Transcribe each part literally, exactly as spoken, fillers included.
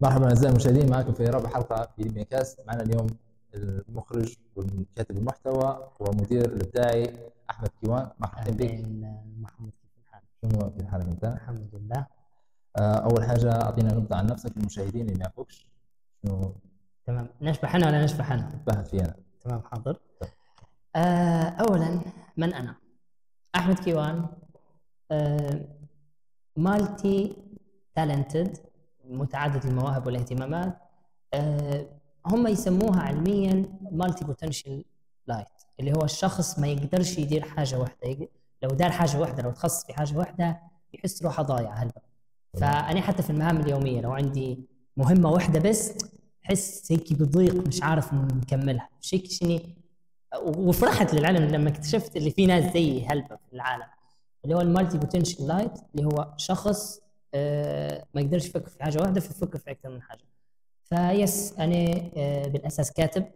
مرحبا اعزائي المشاهدين، معكم في رابع حلقه في ميكاست. معنا اليوم المخرج والكاتب المحتوى ومدير الابداعي احمد كيوان. مرحبا بك. محمد، كيف الحال؟ شنو كيف حالك انت؟ الحمد لله. اول حاجه اعطينا نبذه عن نفسك للمشاهدين اللي ما يعرفوكش. شنو؟ تمام، نشبح انا ولا نشبح انا؟ بحث فينا. تمام، حاضر. آه اولا، من انا؟ احمد كيوان، آه مالتي تالنتد، متعدد المواهب والاهتمامات. آه هم يسموها علميا مالتي بوتنشال لايت، اللي هو الشخص ما يقدرش يدير حاجه واحده. لو دار حاجه واحده، لو تخصص في حاجه واحده، يحس روحه ضايع هلبا. فانا حتى في المهام اليوميه لو عندي مهمه واحده بس، احس هيك بضيق، مش عارف نكملها. مش هيك شني. وفرحت للعلم لما اكتشفت اللي في ناس زي هلبا في العالم، اللي هو المالتي بوتنشال لايت، اللي هو شخص آه ما يقدرش يفكر في حاجه واحده، فيفكر في اكثر من حاجه. فيس انا آه بالاساس كاتب،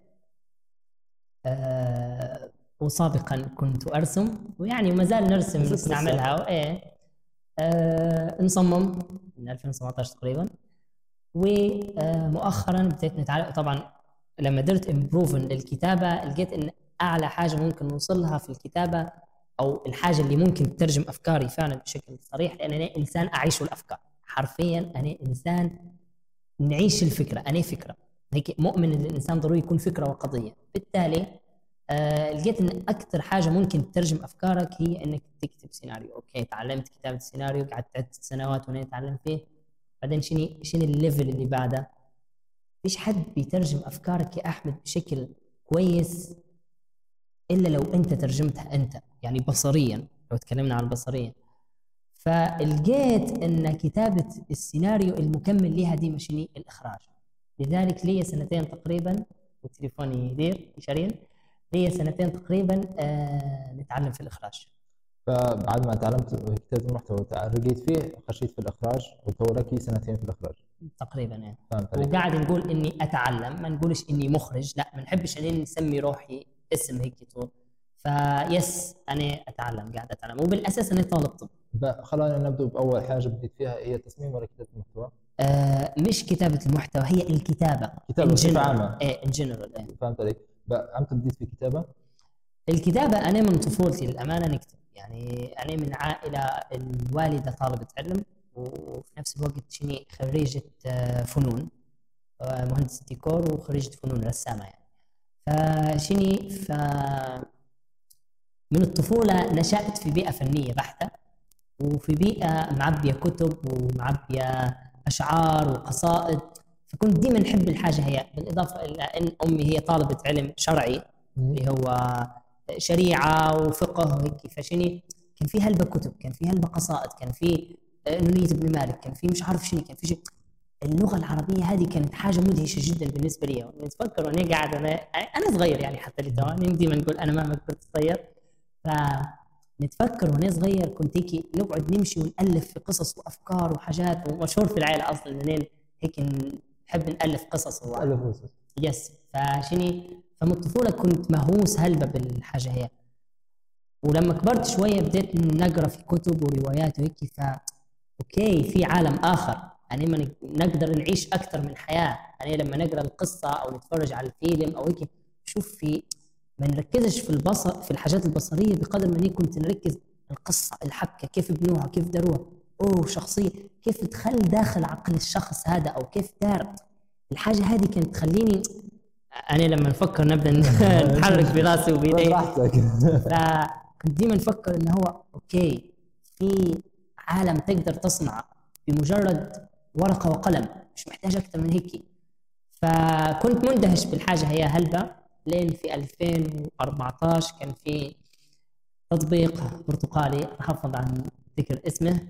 آه وسابقا كنت ارسم، ويعني وما زال نرسم نستعملها. ايه آه نصمم من ألفين وسبعة عشر تقريبا. ومؤخرا بديت نتعلم. طبعا لما درت امبروفن للكتابه، لقيت ان اعلى حاجه ممكن نوصل لها في الكتابه، او الحاجه اللي ممكن تترجم افكاري فعلا بشكل صريح، لان انا انسان اعيش الافكار. حرفيا انا انسان نعيش الفكره. انا فكره هيك مؤمن ان الانسان ضروري يكون فكره وقضيه. بالتالي آه لقيت ان اكثر حاجه ممكن تترجم افكارك هي انك تكتب سيناريو. اوكي، تعلمت كتابه السيناريو، قعدت عدة سنوات وانا اتعلم فيه. بعدين شنو شنو الليفل اللي بعده؟ فيش حد بيترجم افكارك يا احمد بشكل كويس الا لو انت ترجمتها انت، يعني بصريا، لو تكلمنا عن البصريا. فلقيت ان كتابه السيناريو المكمل لها دي مشيني الاخراج. لذلك لي سنتين تقريبا، وتليفوني يدير يشارين، لي سنتين تقريبا آه نتعلم في الاخراج. فبعد ما تعلمت كتابه المحتوى رقيت فيه، خشيت في الاخراج، وتو لك سنتين في الاخراج تقريبا يعني. وقاعد نقول اني اتعلم، ما نقولش اني مخرج، لا، ما نحبش اني نسمي روحي اسم هيك طول. فيس انا اتعلم، قاعد اتعلم، وبالاساس انا طالب طب. خلينا نبدا باول حاجه بديت فيها، هي تصميم ولا كتابه المحتوى؟ آه مش كتابه المحتوى، هي الكتابه. كتابه بصفه عامه. ايه ان جنرال. ايه فهمت عليك. امتى بديت في الكتابه؟ الكتابه انا من طفولتي للامانه نكتب. يعني انا من عائله الوالده طالبه علم، وفي نفس الوقت شني خريجه فنون، مهندس ديكور وخريجة فنون، رسامة يعني. فشني ف من الطفولة نشأت في بيئة فنية بحتة، وفي بيئة معبية كتب ومعبية أشعار وقصائد. فكنت ديما نحب الحاجة هي، بالإضافة إلى أن أمي هي طالبة علم شرعي اللي هو شريعة وفقه وهيك. فشني كان في هلبة كتب، كان في هلبة قصائد، كان في نونية ابن مالك، كان في مش عارف شنو، كان في شيء. اللغة العربية هذه كانت حاجة مدهشة جدا بالنسبة لي. نتفكر وانا قاعد انا انا صغير، يعني حتى لتواني ديما نقول انا مهما كنت صغير. فنتفكر وانا صغير كنت هيك نقعد نمشي ونألف في قصص وافكار وحاجات، ومشهور في العائلة اصلا اننا هيك نحب نألف قصص نألف قصص. يس. فشني فمن الطفولة كنت مهووس هلبة بالحاجة هي. ولما كبرت شوية بديت نقرا في كتب وروايات وهيك. ف اوكي، في عالم اخر، يعني ما نقدر نعيش اكثر من حياه. يعني لما نقرا القصه او نتفرج على الفيلم او هيك، شوف في ما نركزش في البصر، في الحاجات البصريه، بقدر ما كنت نركز القصه، الحبكه، كيف بنوها، كيف داروها، اوه شخصيه، كيف تدخل داخل عقل الشخص هذا، او كيف دار الحاجه هذه. كانت تخليني انا لما نفكر نبدا نتحرك براسي وبيدي. فكنت ديما نفكر انه هو اوكي، في عالم تقدر تصنع بمجرد ورقة وقلم، مش محتاج أكثر من هيك. فكنت مندهش بالحاجة هي هلبة. لين في ألفين وأربعة عشر كان في تطبيق برتقالي، أحافظ عن ذكر اسمه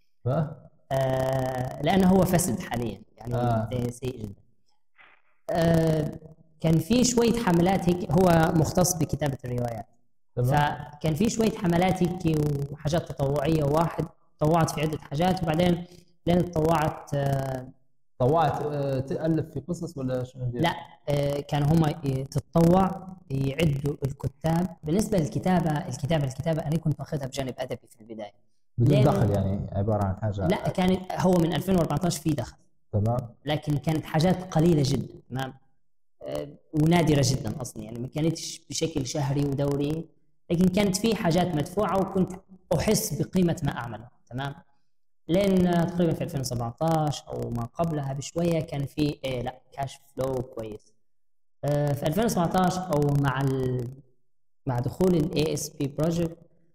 آه لأنه هو فاسد حاليا، يعني آه. سيء جدا. آه كان في شوية حملات هيك، هو مختص بكتابة الروايات. فكان في شوية حملات هيك وحاجات تطوعية، وواحد طوعت في عدة حاجات، وبعدين لين تطوعت آه طوعت آه تألف في قصص ولا شنو؟ لا، آه كانوا هم تتطوع يعدوا الكتاب. بالنسبة للكتابة الكتابة الكتابة أنا كنت أخذها بجانب أدبي في البداية بدون دخل، يعني عبارة عن حاجة. لا، كانت هو من ألفين وأربعة عشر في دخل. تمام. لكن كانت حاجات قليله جدا. تمام. آه، ونادره جدا اصلا، يعني ما كانتش بشكل شهري ودوري، لكن كانت في حاجات مدفوعه وكنت احس بقيمه ما اعمله. تمام. لان تقريبا في ألفين وسبعطعش او ما قبلها بشويه كان في إيه لا كاش فلو كويس. آه، في ألفين وسبعطعش او مع ال... مع دخول الاي اس بي بروجكت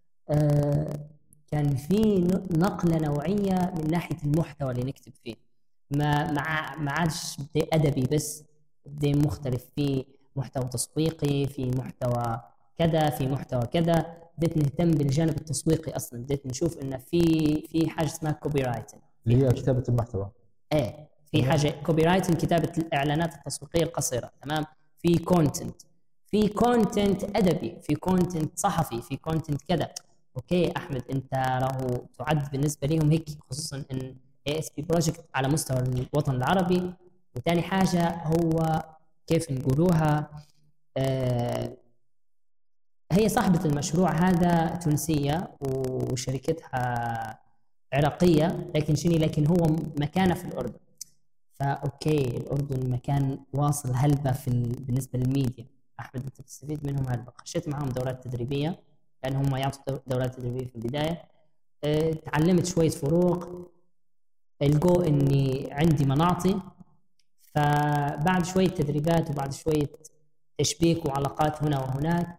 كان في ن- نقله نوعيه من ناحيه المحتوى اللي نكتب فيه. ما ما ما عادش بدي ادبي بس، بدي مختلف، في محتوى تسويقي، في محتوى كذا، في محتوى كذا. بديت نهتم بالجانب التسويقي اصلا، بديت نشوف انه في في حاجه اسمها كوبي رايتنج، اللي هي كتابه المحتوى. ايه في تمام. حاجه كوبي رايتنج، كتابه الاعلانات التسويقيه القصيره. تمام. في كونتنت، في كونتنت ادبي، في كونتنت صحفي، في كونتنت كذا. اوكي احمد، انت راهو تعد بالنسبه لهم هيك، خصوصا ان اي اس بي بروجكت على مستوى الوطن العربي. وثاني حاجه هو كيف نقولوها، آه هي صاحبه المشروع هذا تونسيه وشركتها عراقيه، لكن شنو، لكن هو مكانه في الاردن. فاوكي الاردن مكان واصل هلبة في ال... بالنسبه للميديا. احمد انت بتستفيد منهم هلبة. خشيت معهم دورات تدريبيه، لان هم يعطوا دورات تدريبيه في البدايه. أه، تعلمت شويه فروق، الجو اني عندي مناطي. فبعد شويه تدريبات وبعد شويه تشبيك وعلاقات هنا وهناك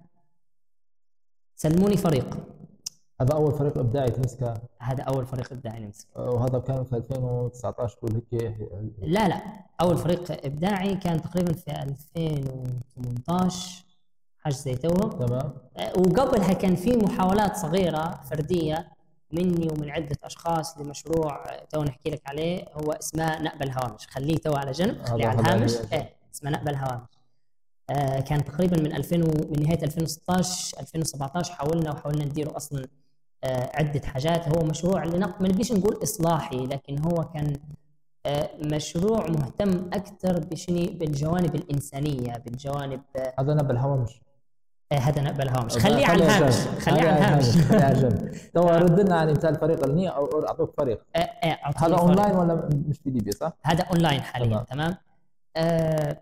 سلموني فريق. هذا اول فريق ابداعي تمسكه؟ هذا اول فريق ابداعي نمسكه. وهذا كان في ألفين وتسعطعش تقول هيك؟ لا لا، اول فريق ابداعي كان تقريبا في ألفين وثمانطعش، حاجه زي توه. تمام. وقبلها كان في محاولات صغيره فرديه مني ومن عده اشخاص لمشروع تو نحكي لك عليه، هو اسمه نقبل الهوامش. خليه تو على جنب، خليه على الهامش. ايه اسمه نقبل الهوامش. آه كان تقريبا من ألفين و... من نهايه ألفين وستطعش ألفين وسبعطعش حاولنا وحاولنا نديره اصلا آه عده حاجات. هو مشروع لنق... ما نبيش نقول اصلاحي، لكن هو كان آه مشروع مهتم اكثر بشني، بالجوانب الانسانيه، بالجوانب. هذا نقبل الهوامش. آه هذا نقبل الهوامش. خليه على الهامش، خليه على الهامش. خليه على جنب. تو رد لنا عن مثال فريق النية او اعطوك فريق. آه آه هذا اونلاين ولا مش في ليبيا صح؟ هذا اونلاين حاليا. تمام, تمام. آه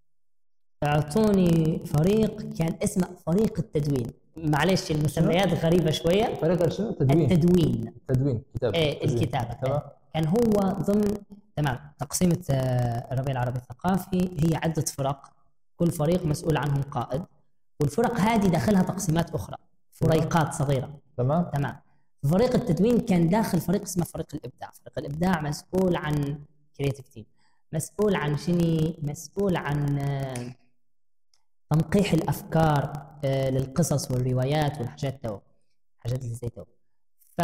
اعطوني فريق كان اسمه فريق التدوين. معلش المسميات غريبه شويه. فريق شنو؟ التدوين. التدوين التدوين كتابه. ايه الكتابه. تمام. كان هو ضمن تمام تقسيمه الربيع العربي الثقافي. هي عده فرق، كل فريق مسؤول عنهم قائد، والفرق هذه داخلها تقسيمات اخرى، فريقات صغيره. تمام تمام. فريق التدوين كان داخل فريق اسمه فريق الابداع. فريق الابداع مسؤول عن كرياتيف تيم، مسؤول عن شني، مسؤول عن تنقيح الافكار للقصص والروايات والحاجات تو الحاجات اللي زي تو. ف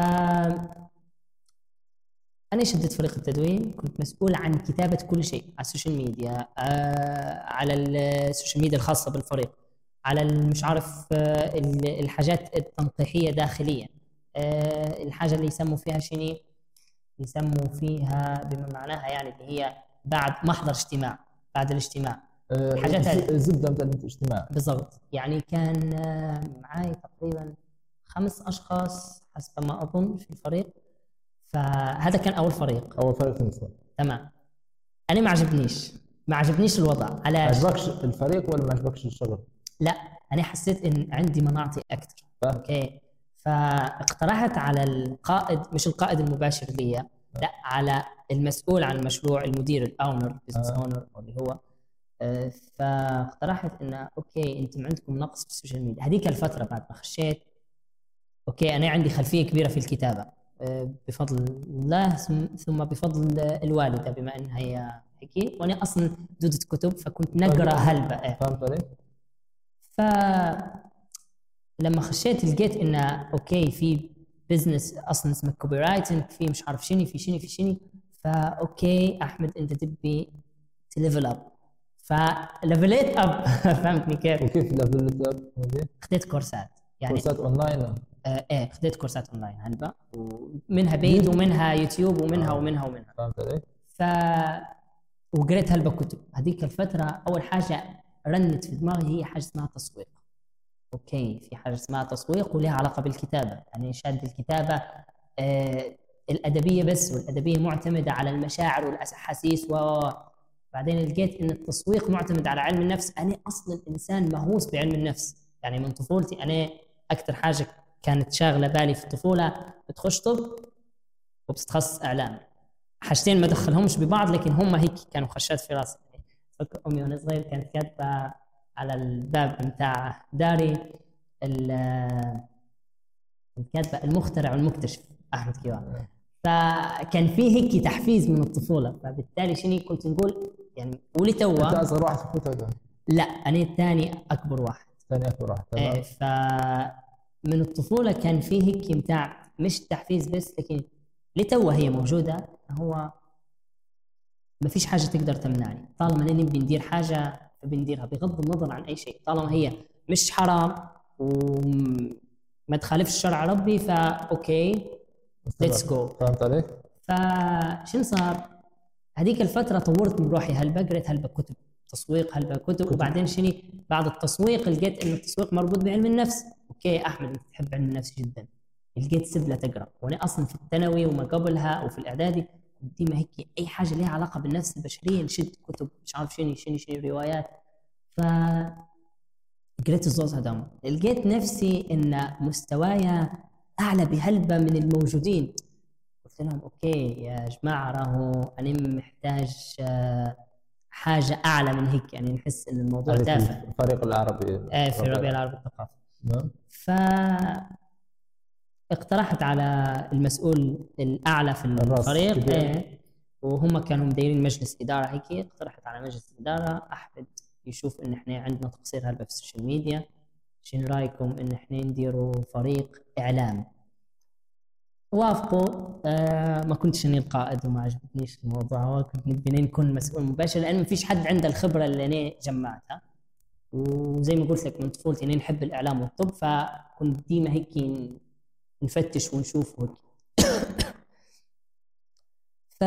انا شدت فريق التدوين، كنت مسؤول عن كتابه كل شيء على السوشيال ميديا، على السوشيال ميديا الخاصه بالفريق، على مش عارف الحاجات التنقيحيه داخليا، الحاجه اللي يسموا فيها شني، يسموا فيها بما معناها يعني اللي هي بعد محضر اجتماع، بعد الاجتماع حاجات هذه الزبده مثل الاجتماع بالضبط. يعني كان معي تقريبا خمس اشخاص حسب ما اظن في الفريق. فهذا كان اول فريق. اول فريق تنسى. تمام. انا ما عجبنيش ما عجبنيش الوضع. علاش؟ ما عجبكش الفريق ولا ما عجبكش الشغل؟ لا انا حسيت ان عندي مناطق اكثر. اوكي. فاقترحت على القائد، مش القائد المباشر لي، لا على المسؤول عن المشروع، المدير الاونر، بزنس اونر اللي هو. فاقترحت انه اوكي انتم عندكم نقص في السوشيال ميديا. هذيك الفتره بعد ما خشيت، اوكي انا عندي خلفيه كبيره في الكتابه بفضل الله ثم بفضل الوالده، بما انها هي حكي وانا اصلا دودة كتب، فكنت نقرا هلبة. فهمت علي؟ فلما خشيت لقيت انه اوكي في بزنس اصلا اسمه كوبي رايتنج، في مش عارف شنو، في شنو في شنو. فاوكي احمد انت تبي تليفل اب، فليفليت اب. فهمتني كيف؟ وكيف ليفليت اب؟ خديت كورسات، يعني كورسات اونلاين. آه ايه خديت كورسات اونلاين هلبة، ومنها بيد ومنها يوتيوب ومنها آه. ومنها ومنها. فهمت علي؟ ف وقريت هلبة كتب. هذيك الفترة أول حاجة رنت في دماغي هي حاجة اسمها تسويق. أوكي في حاجة اسمها تسويق ولها علاقة بالكتابة، يعني شاد الكتابة. آه الادبيه بس، والادبيه معتمده على المشاعر والاحاسيس، وبعدين لقيت ان التسويق معتمد على علم النفس. انا اصلا انسان مهووس بعلم النفس، يعني من طفولتي انا اكثر حاجه كانت شاغله بالي في الطفوله بتخش طب وبتتخصص اعلام. حاجتين ما دخلهمش ببعض لكن هم هيك كانوا خشات في راسي. فكر امي وانا صغير كانت كاتبه على الباب بتاع داري الكاتبه المخترع والمكتشف احمد كيوان. فكان في هيك تحفيز من الطفوله، فبالتالي شنو كنت نقول يعني ولي توا. انت اصغر واحد في اخوتك؟ لا انا الثاني اكبر واحد. ثاني اكبر واحد، تمام. ايه، فمن الطفوله كان في هيك متاع مش تحفيز بس، لكن لتوا هي موجوده. هو ما فيش حاجه تقدر تمنعني طالما انا نبي ندير حاجه بنديرها بغض النظر عن اي شيء، طالما هي مش حرام وما تخالفش شرع ربي فا اوكي ليتس جو. فهمت عليك؟ فشن صار هذيك الفتره طورت من روحي، هل بقرت هل بكتب تسويق هل بكتب كتب. وبعدين شني بعد التسويق لقيت انه التسويق مربوط بعلم النفس. اوكي احمد انت تحب علم النفس جدا، لقيت سبله تقرا. وانا اصلا في الثانوي وما قبلها وفي الاعدادي ديما هيك اي حاجه لها علاقه بالنفس البشريه نشد كتب مش عارف شنو شنو شنو روايات. ف قريت الزوز هذا، لقيت نفسي ان مستوايا اعلى بهلبه من الموجودين. قلت لهم اوكي يا جماعه راهو انا محتاج حاجه اعلى من هيك، يعني نحس ان الموضوع تافه. الفريق العربي ايه في الربيع العربي الثقافي. نعم. ف اقترحت على المسؤول الاعلى في الفريق، ايه وهم كانوا مديرين مجلس اداره هيك، اقترحت على مجلس الاداره احمد يشوف ان احنا عندنا تقصير هلبة في السوشيال ميديا، شنو رايكم ان احنا نديروا فريق اعلام؟ وافقوا. آه ما كنتش اني القائد وما عجبتنيش الموضوع، كنت نبي نكون مسؤول مباشر لان ما فيش حد عنده الخبره اللي انا جمعتها. وزي ما قلت لك من طفولتي اني نحب الاعلام والطب، فكنت ديما هيك نفتش ونشوف وهيك. ف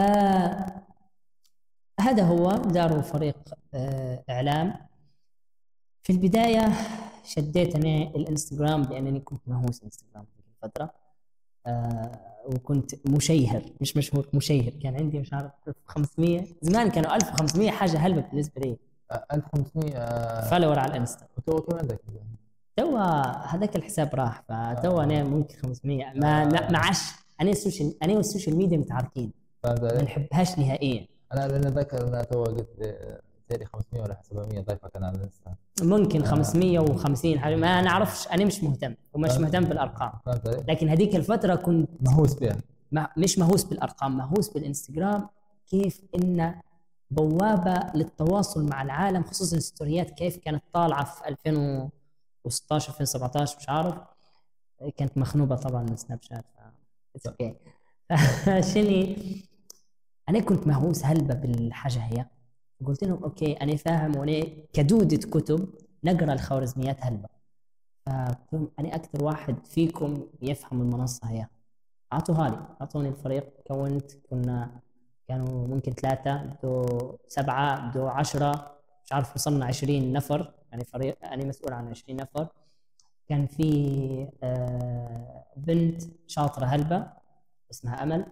هذا هو داروا فريق اعلام. في البدايه شديت انا الانستغرام لانني كنت مهووس انستغرام في الفتره، آه وكنت مشيهر مش مشهور مشيهر. كان عندي مش عارف ألف وخمسمية، زمان كانوا ألف وخمسمية حاجه هلبة بالنسبه لي. ألف وخمسمية آه فولور على الانستا. تو كم عندك؟ تو هذاك الحساب راح، فتو آه. انا ممكن خمسمية ما آه. ما عادش. انا السوشيال انا والسوشيال ميديا متعاركين ما نحبهاش نهائيا. انا لان ذكر انا تو قلت تالي خمسمية ولا سبعمية ضيفه كان على الانستا، ممكن خمسمية وخمسين حاجه ما نعرفش. انا مش مهتم ومش مهتم بالارقام، لكن هذيك الفتره كنت مهووس بها. ما مش مهووس بالارقام، مهووس بالانستغرام. كيف ان بوابه للتواصل مع العالم، خصوصا الستوريات كيف كانت طالعه في ألفين وستاشر ألفين وسبعطعش مش عارف، كانت مخنوبه طبعا من سناب شات. اوكي شني انا كنت مهووس هلبة بالحاجه هي. قلت لهم اوكي انا فاهم وانا كدوده كتب نقرا الخوارزميات هلبة، فقلت لهم انا اكثر واحد فيكم يفهم المنصه هي، اعطوها لي. اعطوني الفريق، كونت كنا كانوا ممكن ثلاثه بدو سبعه بدو عشرة مش عارف، وصلنا عشرين نفر. يعني فريق انا مسؤول عن عشرين نفر. كان في بنت شاطره هلبة اسمها امل،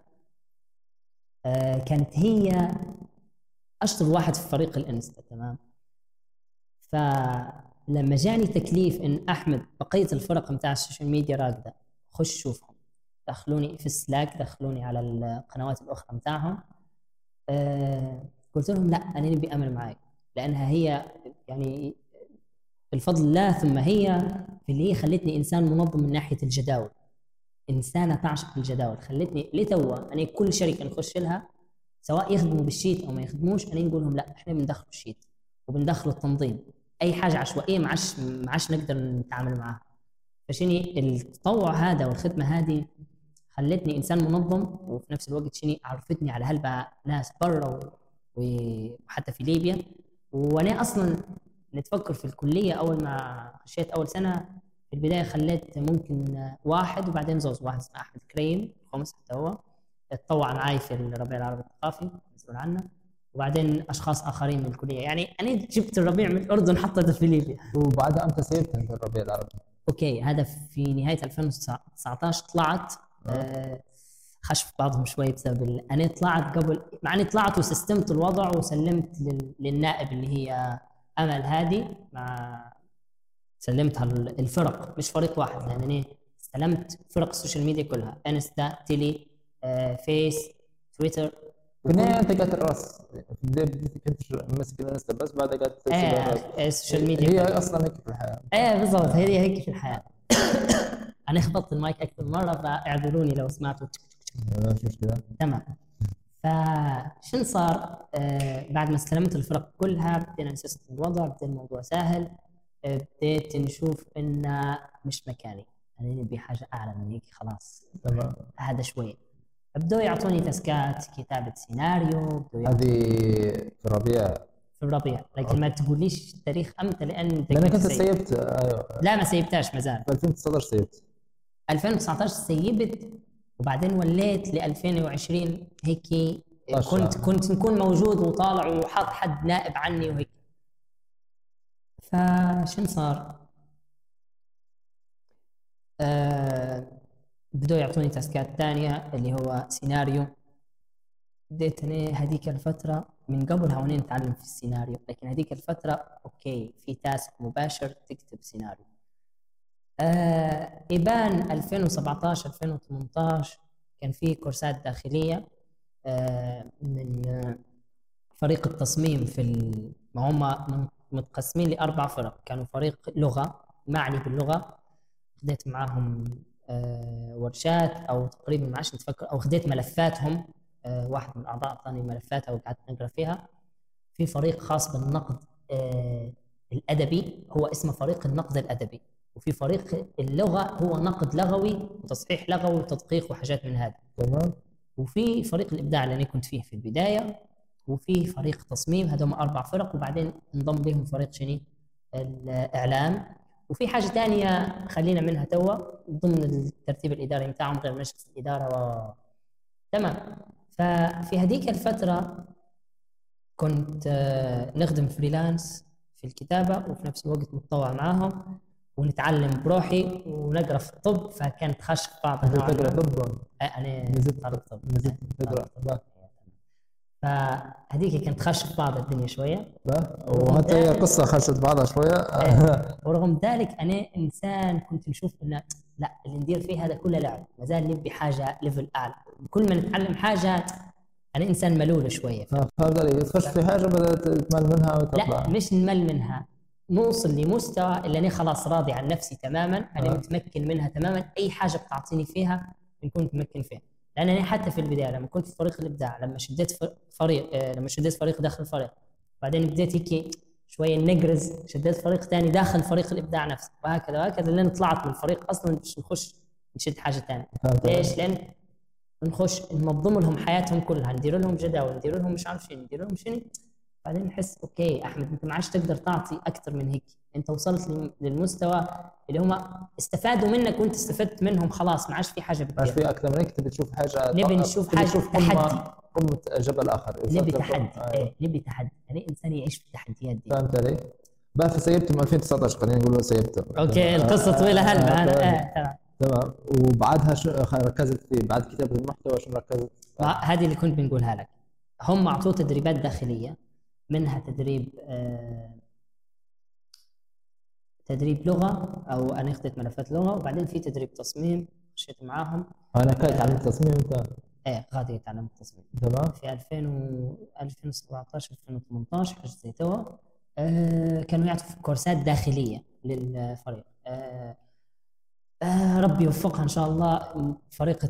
كانت هي اشطر واحد في فريق الانستا، تمام. فلما جاني تكليف ان احمد بقيه الفرق نتاع السوشيال ميديا راقده خش شوفهم، دخلوني في السلاك، دخلوني على القنوات الاخرى نتاعهم. أه قلت لهم لا انا نبي امل معاك، لانها هي يعني بالفضل الله ثم هي في اللي هي خلتني انسان منظم من ناحيه الجداول، انسانه تعشق الجداول. خلتني لتوا انا كل شركه نخش لها سواء يخدموا بالشيت او ما يخدموش انا نقول لهم لا احنا بندخلوا الشيت وبندخلوا التنظيم، اي حاجه عشوائيه ما عادش ما عادش نقدر نتعامل معها. فشني التطوع هذا والخدمه هذه خلتني انسان منظم، وفي نفس الوقت شني عرفتني على هلبة ناس برا وحتى في ليبيا. وانا اصلا نتفكر في الكليه اول ما خشيت اول سنه في البدايه خليت ممكن واحد وبعدين زوز، واحد اسمه احمد كريم خمس حتى هو اتطوع معي في الربيع العربي الثقافي مسؤول عنه، وبعدين اشخاص اخرين من الكليه. يعني انا جبت الربيع من الاردن حطيته في ليبيا. وبعدها امتى سيبت انت الربيع العربي؟ اوكي هذا في نهايه ألفين وتسعطعش طلعت. آه خش بعضهم شوي بسبب ال... انا طلعت قبل، مع اني طلعت وسستمت الوضع وسلمت لل... للنائب اللي هي امل هادي، مع سلمتها الفرق مش فريق واحد، لان انا استلمت فرق السوشيال ميديا كلها، انستا، تيلي، آه، فيس، تويتر. في النهاية انت قاعد الراس في البداية كنت ماسك الانستا بس، بعدها قاعد تسوي ايه السوشيال ميديا هي كلها. اصلا هيك في الحياة. ايه بالضبط، هي هيك في الحياه. انا خبطت المايك اكثر مره فاعذروني لو سمعتوا. مش مشكلة. تمام. فشن صار آه بعد ما استلمت الفرق كلها بدينا نسست الوضع، بدا الموضوع سهل. آه بديت نشوف انه مش مكاني، انا نبي حاجه اعلى من هيك خلاص. تمام. هذا شوي بدوا يعطوني تاسكات كتابه سيناريو. هذه في الربيع. في الربيع، لكن ما تقوليش تاريخ امتى لان لأن كنت سيبت. أيوة. لا ما سيبتهاش ما زال. في ألفين وتسعطعش سيبت. ألفين وتسعطعش سيبت، وبعدين وليت ل ألفين وعشرين هيك. كنت كنت نكون موجود وطالع وحاط حد نائب عني وهيك. فشن صار؟ آه بدوا يعطوني تاسكات ثانيه اللي هو سيناريو. بديت انا هذيك الفتره من قبل هونين نتعلم في السيناريو، لكن هذيك الفتره اوكي في تاسك مباشر تكتب سيناريو. آه إبان ألفين وسبعطعش ألفين وثمنطعش كان في كورسات داخليه آه من آه فريق التصميم في ال... ما هم متقسمين لاربع فرق. كانوا فريق لغه معني باللغه، خديت معاهم آه ورشات او تقريبا ما عادش نتفكر، او خديت ملفاتهم. آه واحد من الاعضاء اعطاني ملفاتها وقعدت نقرا فيها. في فريق خاص بالنقد آه الادبي، هو اسمه فريق النقد الادبي. وفي فريق اللغه هو نقد لغوي وتصحيح لغوي وتدقيق وحاجات من هذه. تمام. وفي فريق الابداع اللي انا كنت فيه في البدايه، وفي فريق تصميم. هذول اربع فرق، وبعدين انضم لهم فريق شني الاعلام. وفي حاجه ثانيه خلينا منها توا ضمن الترتيب الاداري بتاعهم غير مجلس الاداره و... تمام. ففي هذيك الفتره كنت نخدم فريلانس في الكتابه، وفي نفس الوقت متطوع معاهم ونتعلم بروحي ونقرا في الطب. فكانت خش في بعض. انت تقرا طب؟ انا نزلت طب نزلت تقرا طب. فهذيك كانت خش في بعض الدنيا شويه. وحتى هي قصه خشت بعضها شويه. ورغم ذلك انا انسان كنت نشوف انه لا، اللي ندير فيه هذا كله لعب، ما زال نبي حاجه ليفل اعلى. كل ما نتعلم حاجه انا انسان ملول شويه. فهذا تخش في حاجه بدات تمل منها وتطلع. لا مش نمل منها، نوصل لمستوى اللي انا خلاص راضي عن نفسي تماما، انا آه. متمكن منها تماما. اي حاجه بتعطيني فيها نكون متمكن فيها. لان انا حتى في البدايه لما كنت في فريق الابداع، لما شديت فريق آه لما شديت فريق داخل الفريق، بعدين بديت هيك شويه نقرز، شديت فريق ثاني داخل فريق الابداع نفسه، وهكذا وهكذا لين طلعت من الفريق اصلا باش نخش نشد حاجه ثانيه. ليش؟ لان نخش ننظم لهم حياتهم كلها، ندير لهم جداول، ندير لهم مش عارف شنو، ندير لهم شنو. بعدين نحس اوكي احمد انت ما عادش تقدر تعطي اكثر من هيك، انت وصلت للمستوى اللي هم استفادوا منك وانت استفدت منهم، خلاص ما عادش في حاجه بدك. ما عادش في اكثر من هيك، تبي تشوف حاجه، نبي نشوف حاجه تحدي، قمه جبل اخر. نبي تحدي. ايه نبي تحدي، يعني انسان يعيش في التحديات دي. فهمت علي؟ بقى في سيبته من ألفين وتسعطعش، خلينا نقول سيبته. اوكي القصه طويله هلبا. انا اه تمام تمام. وبعدها شو ركزت فيه بعد كتابه المحتوى؟ شو ركزت؟ هذه اللي كنت بنقولها لك. هم اعطوه تدريبات داخليه، منها تدريب آه تدريب لغه، او انا اخذت ملفات لغه، وبعدين في تدريب تصميم مشيت معاهم. انا كنت تعلمت تصميم انت؟ ايه غادي تعلمت تصميم. تمام. في ألفين و ألفين وسبعطعش ألفين وثمنطعش حاجه زي توا. آه كانوا يعطوا كورسات داخليه للفريق. آه آه ربي يوفقها ان شاء الله. فريق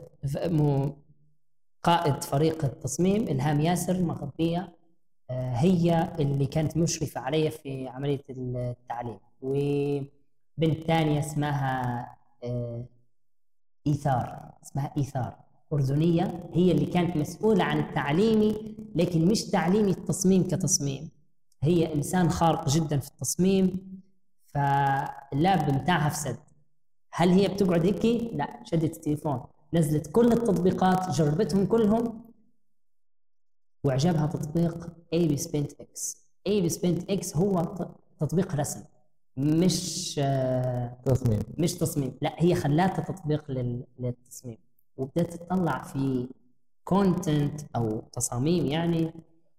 قائد فريق التصميم إلهام ياسر مغربيه، آه هي اللي كانت مشرفه علي في عمليه التعليم. وبنت ثانيه اسمها آه ايثار، اسمها ايثار اردنيه، هي اللي كانت مسؤوله عن تعليمي، لكن مش تعليمي التصميم كتصميم. هي انسان خارق جدا في التصميم، فاللاب بتاعها فسد. هل هي بتقعد هيك؟ لا، شدت التليفون، نزلت كل التطبيقات، جربتهم كلهم، واعجبها تطبيق اي بي سبينت اكس. اي بي سبينت اكس هو تطبيق رسم، مش تصميم. مش تصميم، لا هي خلاتها تطبيق للتصميم. وبدأت تطلع في كونتنت أو تصاميم يعني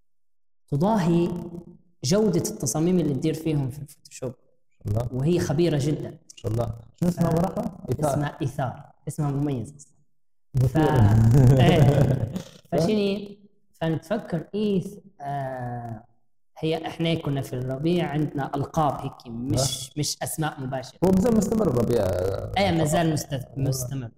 تضاهي جودة التصاميم اللي تدير فيهم في الفوتوشوب، ما شاء الله وهي خبيرة جدا. ما شاء الله. شنو اسمها ورقة؟ اسمها إيثار، اسمها مميز أصلا. ف... مثير. إيه. فشني فنتفكر إيث آه هي إحنا كنا في الربيع عندنا ألقاب هيك مش مش أسماء مباشرة. هو مازال مستمر الربيع؟ أي مازال مست- مستمر.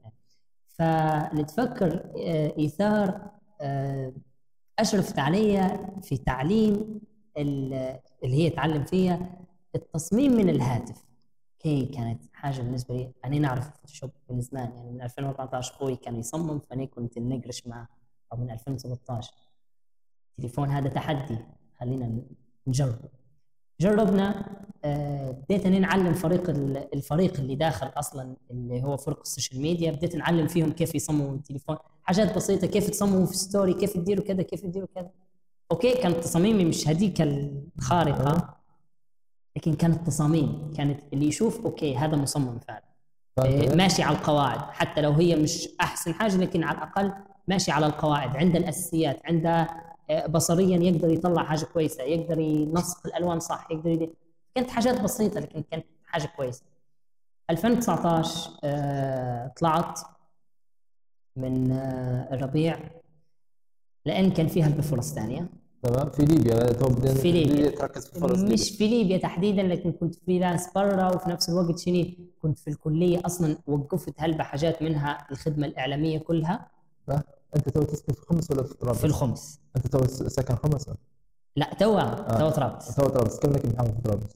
فنتفكر آه إيثار آه أشرفت علي في تعليم ال- اللي هي تعلم فيها التصميم من الهاتف. هي كانت حاجة بالنسبة لي، أنا نعرف فوتوشوب من زمان يعني من ألفين وأربعة عشر أخوي كان يصمم فأنا كنت نقرش معه، أو من ألفين وثلاثة عشر. التليفون هذا تحدي، خلينا نجرب. جربنا آه، بديت أنا نعلم فريق ال- الفريق اللي داخل أصلا اللي هو فريق السوشيال ميديا، بديت نعلم فيهم كيف يصمموا التليفون، حاجات بسيطة، كيف تصمموا في ستوري، كيف تديروا كذا، كيف تديروا كذا. أوكي كانت تصاميمي مش هذيك الخارقة، لكن كانت تصاميم كانت اللي يشوف أوكي هذا مصمم فعلا إيه، ماشي على القواعد، حتى لو هي مش أحسن حاجة لكن على الأقل ماشي على القواعد، عنده الأساسيات، عنده آه، بصريا يقدر يطلع حاجة كويسة، يقدر ينسق الألوان صح، يقدر يدي. كانت حاجات بسيطة لكن كانت حاجة كويسة. ألفين وتسعة عشر آه، طلعت من آه، الربيع لأن كان فيها بفرص ثانية. تمام. في ليبيا تو بدنا في ليبيا تركز في فرص ليبيا. مش في ليبيا تحديدا، لكن كنت فريلانس برا، وفي نفس الوقت شني كنت في الكلية أصلا وقفت هلبة حاجات منها الخدمة الإعلامية كلها. انت تو تسكن في خمس ولا في طرابلس؟ في الخمس. انت تو ساكن خمس؟ لا توا آه. توا طرابلس. تو طرابلس. كم لك محمد في طرابلس؟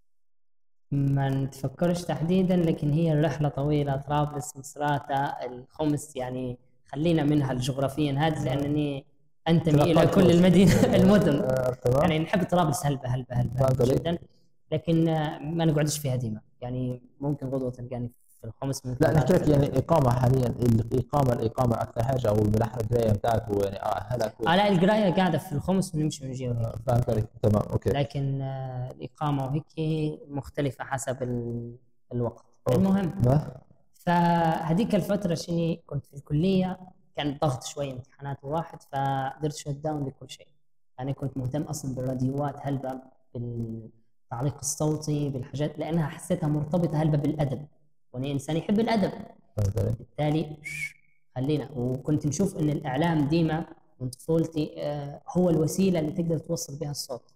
ما نتفكرش تحديدا، لكن هي الرحلة طويلة، طرابلس مصراتة الخمس يعني خلينا منها جغرافيا هذا لأنني أنتمي إلى كل المدينة المدن آه. تمام. يعني نحب طرابلس هلبة هلبة هلبة, هلبة جدا، لكن ما نقعدش فيها ديما يعني ممكن غدوة تلقاني في الخمس. من لا نحكي لك يعني إقامة حاليا، الإقامة الإقامة أكثر حاجة، أو بالأحرى القراية بتاعك ويعني أهلك و... آه لا القراية قاعدة في الخمس ونمشي ونجي وهيك. فهمت عليك. تمام أوكي. لكن آه الإقامة وهيك مختلفة حسب ال... الوقت. أوه. المهم ما فهذيك الفترة شني كنت في الكلية، كان ضغط شوية امتحانات وواحد، فقدرت شوت داون لكل شيء. أنا كنت مهتم أصلا بالراديوات هلبة، بالتعليق الصوتي، بالحاجات لأنها حسيتها مرتبطة هلبة بالأدب، وأنا إنسان يحب الأدب. بالتالي خلينا، وكنت نشوف إن الإعلام ديما من طفولتي هو الوسيلة اللي تقدر توصل بها الصوت.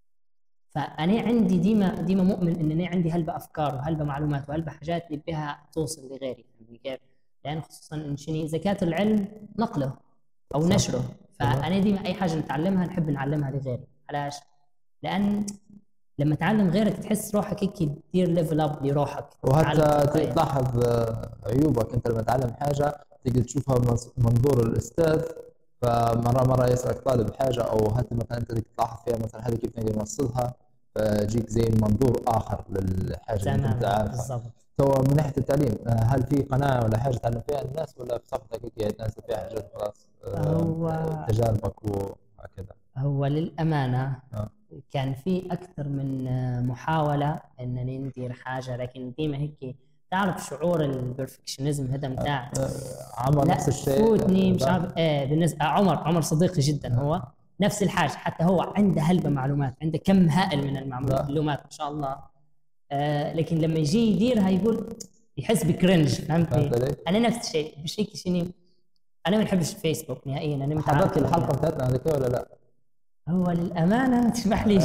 فأنا عندي ديما ديما مؤمن إن أنا عندي هلبة أفكار وهلبة معلومات وهلبة حاجات اللي بها توصل لغيري، كيف؟ لأن خصوصا إن شني زكاة العلم نقله أو صح. نشره. فأنا ديما أي حاجة نتعلمها نحب نعلمها لغيري. علاش؟ لأن لما تعلم غيرك تحس روحك هيك تدير ليفل اب لروحك، وحتى تلاحظ عيوبك. انت لما تعلم حاجه تقدر تشوفها منظور الاستاذ، فمره مره يسالك طالب حاجه او حتى مثلا انت تلاحظ فيها مثلا هذه كيف نقدر نوصلها، فجيك زي منظور اخر للحاجه اللي انت عارفها. بالضبط. تو من ناحيه التعليم، هل في قناعه ولا حاجه تعلم فيها الناس، ولا في صفحتك هيك تنزل فيها حاجات خلاص هو تجاربك وهكذا؟ هو للامانه آه. كان في أكثر من محاولة إنني ندير حاجة، لكن ديما هيك تعرف شعور البرفكشنزم هذا متاع عمر نفس الشيء فوتني مش عارف إيه. بالنسبة عمر عمر صديقي جدا هو نفس الحاجة، حتى هو عنده هلبة معلومات، عنده كم هائل من المعلومات ما شاء الله. آه لكن لما يجي يديرها يقول يحس بكرنج. فهمتني؟ أنا نفس الشيء مش هيك شيء. أنا ما بحبش الفيسبوك نهائيا. أنا متعرف. حضرت الحلقة بتاعتنا هذيك ولا لا؟ هو للأمانة ما تسمحليش.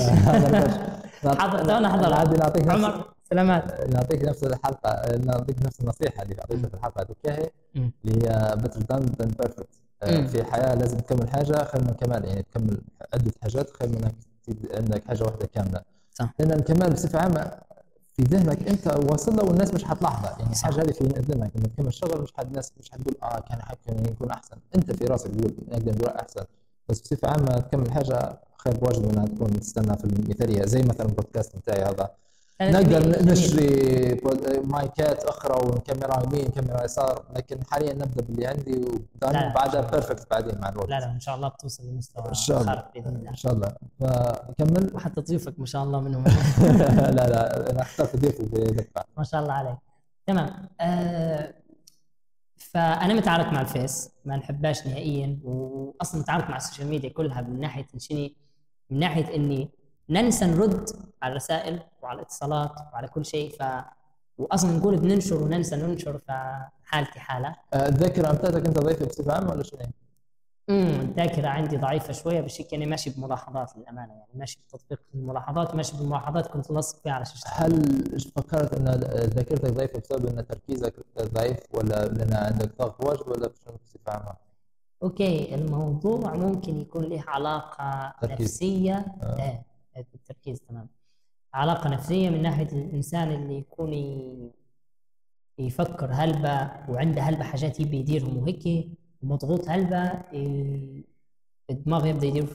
حضرت أنا حضرت. عادي نعطيك عمر سلامات. نعطيك نفس الحلقة، نعطيك نفس النصيحة اللي أعطيتها في الحلقة هذيك، اللي هي better done than perfect. في الحياة لازم تكمل حاجة خير من الكمال، يعني تكمل عدة حاجات خير من إنك عندك حاجة واحدة كاملة. صح. لأن الكمال بصفة عامة في ذهنك أنت واصل له والناس مش حتلاحظها، يعني الحاجة هذه في ذهنك لما تكمل شغل مش حد الناس مش حتقول آه كان حابب يكون أحسن، أنت في راسك تقول نقدر ندير أحسن، بس بصفة عامة تكمل حاجة خير بواجد من أنها تكون تستنى في المثالية. زي مثلا البودكاست بتاعي هذا نقدر نشري مايكات أخرى ونكاميرا يمين كاميرا يسار، لكن حاليا نبدأ باللي عندي وبعدها بيرفكت بعدين مع الوقت. لا لا إن شاء الله بتوصل لمستوى خارق بإذن الله. إن شاء الله. فكمل. وحتى ضيوفك ما شاء الله منهم. لا لا أنا اخترت ضيفي بدفع. ما شاء الله عليك. تمام. آه ف فانا متعارك مع الفيس، ما نحبهاش نهائيا، واصلا متعارك مع السوشيال ميديا كلها من ناحيه شني، من ناحيه اني ننسى نرد على الرسائل وعلى الاتصالات وعلى كل شيء. ف واصلا نقول بننشر وننسى ننشر، فحالتي حاله. آه، الذاكره بتاعتك انت ضعيفه بصفه عامه ولا شنو؟ امم الذاكره عندي ضعيفه شويه، بالشكل اني ماشي بملاحظات للامانه، يعني ماشي بتطبيق الملاحظات وماشي بالملاحظات كنت لصق فيها على شاشه. هل فكرت ان ذاكرتك ضعيفه بسبب ان تركيزك ضعيف، ولا لان عندك ضغط واجب، ولا شنو بصفه عامه؟ اوكي، الموضوع ممكن يكون له علاقه تركيز. نفسيه. آه. ايه التركيز تمام. علاقه نفسيه من ناحيه الانسان اللي يكون ي- يفكر هلبة وعنده هلبة حاجات يبي يديرهم وهيك، ومضغوط هلبة، ي- الدماغ يبدا يدير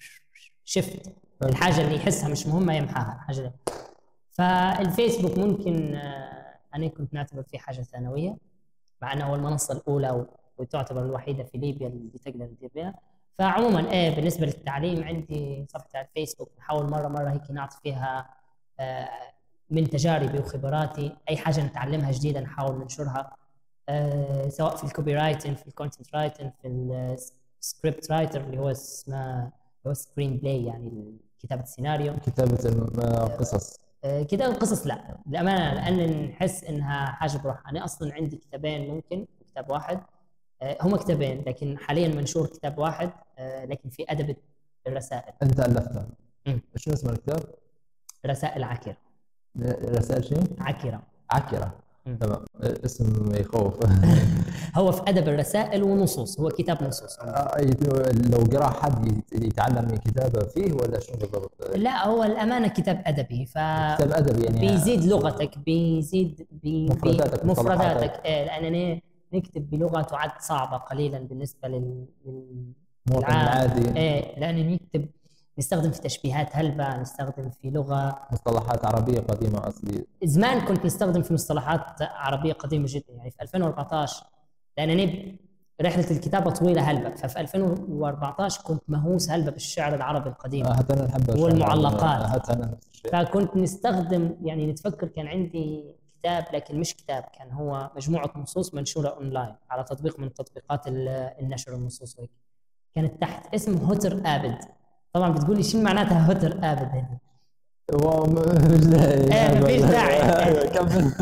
شفت الحاجه اللي يحسها مش مهمه يمحاها الحاجه دي. فالفيسبوك ممكن آه، انا كنت نعتبر فيه حاجه ثانويه، مع انه هو المنصه الاولى و- وتعتبر الوحيده في ليبيا اللي تقدر تدير بها. فعموما ايه بالنسبه للتعليم عندي صفحه على الفيسبوك، بحاول مره مره هيك نعطي فيها آه، من تجاربي وخبراتي، اي حاجه نتعلمها جديده نحاول ننشرها، آه، سواء في الكوبي رايتنج، في الكونتنت رايتنج، في السكريبت رايتر اللي هو اسمه اللي هو سكرين بلاي، يعني كتابه السيناريو. كتابه القصص. آه، كتابة القصص لا للأمانة، لأن نحس إنها حاجة بروحها. أنا أصلا عندي كتابين، ممكن كتاب واحد، آه، هما كتابين لكن حاليا منشور كتاب واحد، آه، لكن في أدب الرسائل. انت الفتها. مم. شنو اسم الكتاب؟ رسائل عكرة. رسائل شنو؟ عكرة. عكرة. مم. تمام، اسم يخوف. هو في أدب الرسائل ونصوص، هو كتاب نصوص. آه، لو قرأ حد يت- يتعلم من كتابة فيه ولا شنو بالضبط؟ لا هو الأمانة كتاب أدبي، ف كتاب أدبي يعني. بيزيد لغتك، بيزيد بي مفرداتك، بي مفرداتك. مصطلحاتك. إيه، لأن أنا نكتب بلغة تعد صعبة قليلا بالنسبة لل لل- المواطن العام. العادي. ايه لان نكتب، نستخدم في تشبيهات هلبة، نستخدم في لغة مصطلحات عربية قديمة أصلي. زمان كنت نستخدم في مصطلحات عربية قديمة جدا، يعني في ألفين وأربعطعش، لان أنا رحلة الكتابة طويلة هلبة، ففي ألفين وأربعطعش كنت مهووس هلبة بالشعر العربي القديم. آه، حتى أنا نحب الشعر والمعلقات. العربي. حتى أنا نفس الشيء. فكنت نستخدم، يعني نتفكر كان عندي كتاب، لكن مش كتاب، كان هو مجموعة نصوص منشورة أونلاين على تطبيق من تطبيقات ال- النشر النصوص وهيك. كانت تحت اسم هوتر آبد. طبعا بتقول لي شو معناتها هوتر آبد هذه؟ واو، مش داعي. ايه مفيش داعي. كمل.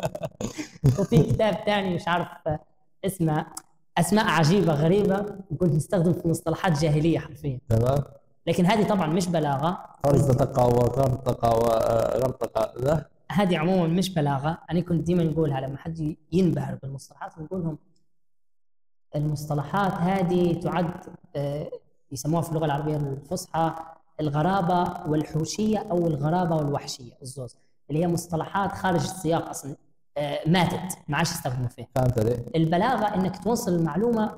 وفي كتاب ثاني مش عارف اسمه، اسماء عجيبه غريبه، وكنت نستخدم في مصطلحات جاهليه حرفيا. تمام. لكن هذه طبعا مش بلاغه. فرزدقة وغرطقة وغرطقة لا. هذه عموما مش بلاغه، انا كنت دائما نقولها لما حد ينبهر بالمصطلحات، نقول لهم المصطلحات هذه تعد آه، يسموها في اللغه العربيه الفصحى الغرابه والحوشيه، او الغرابه والوحشيه، الزوز، اللي هي مصطلحات خارج السياق اصلا، آه، ماتت ما عادش يستخدموا فيها. فهمت علي؟ البلاغه انك توصل المعلومه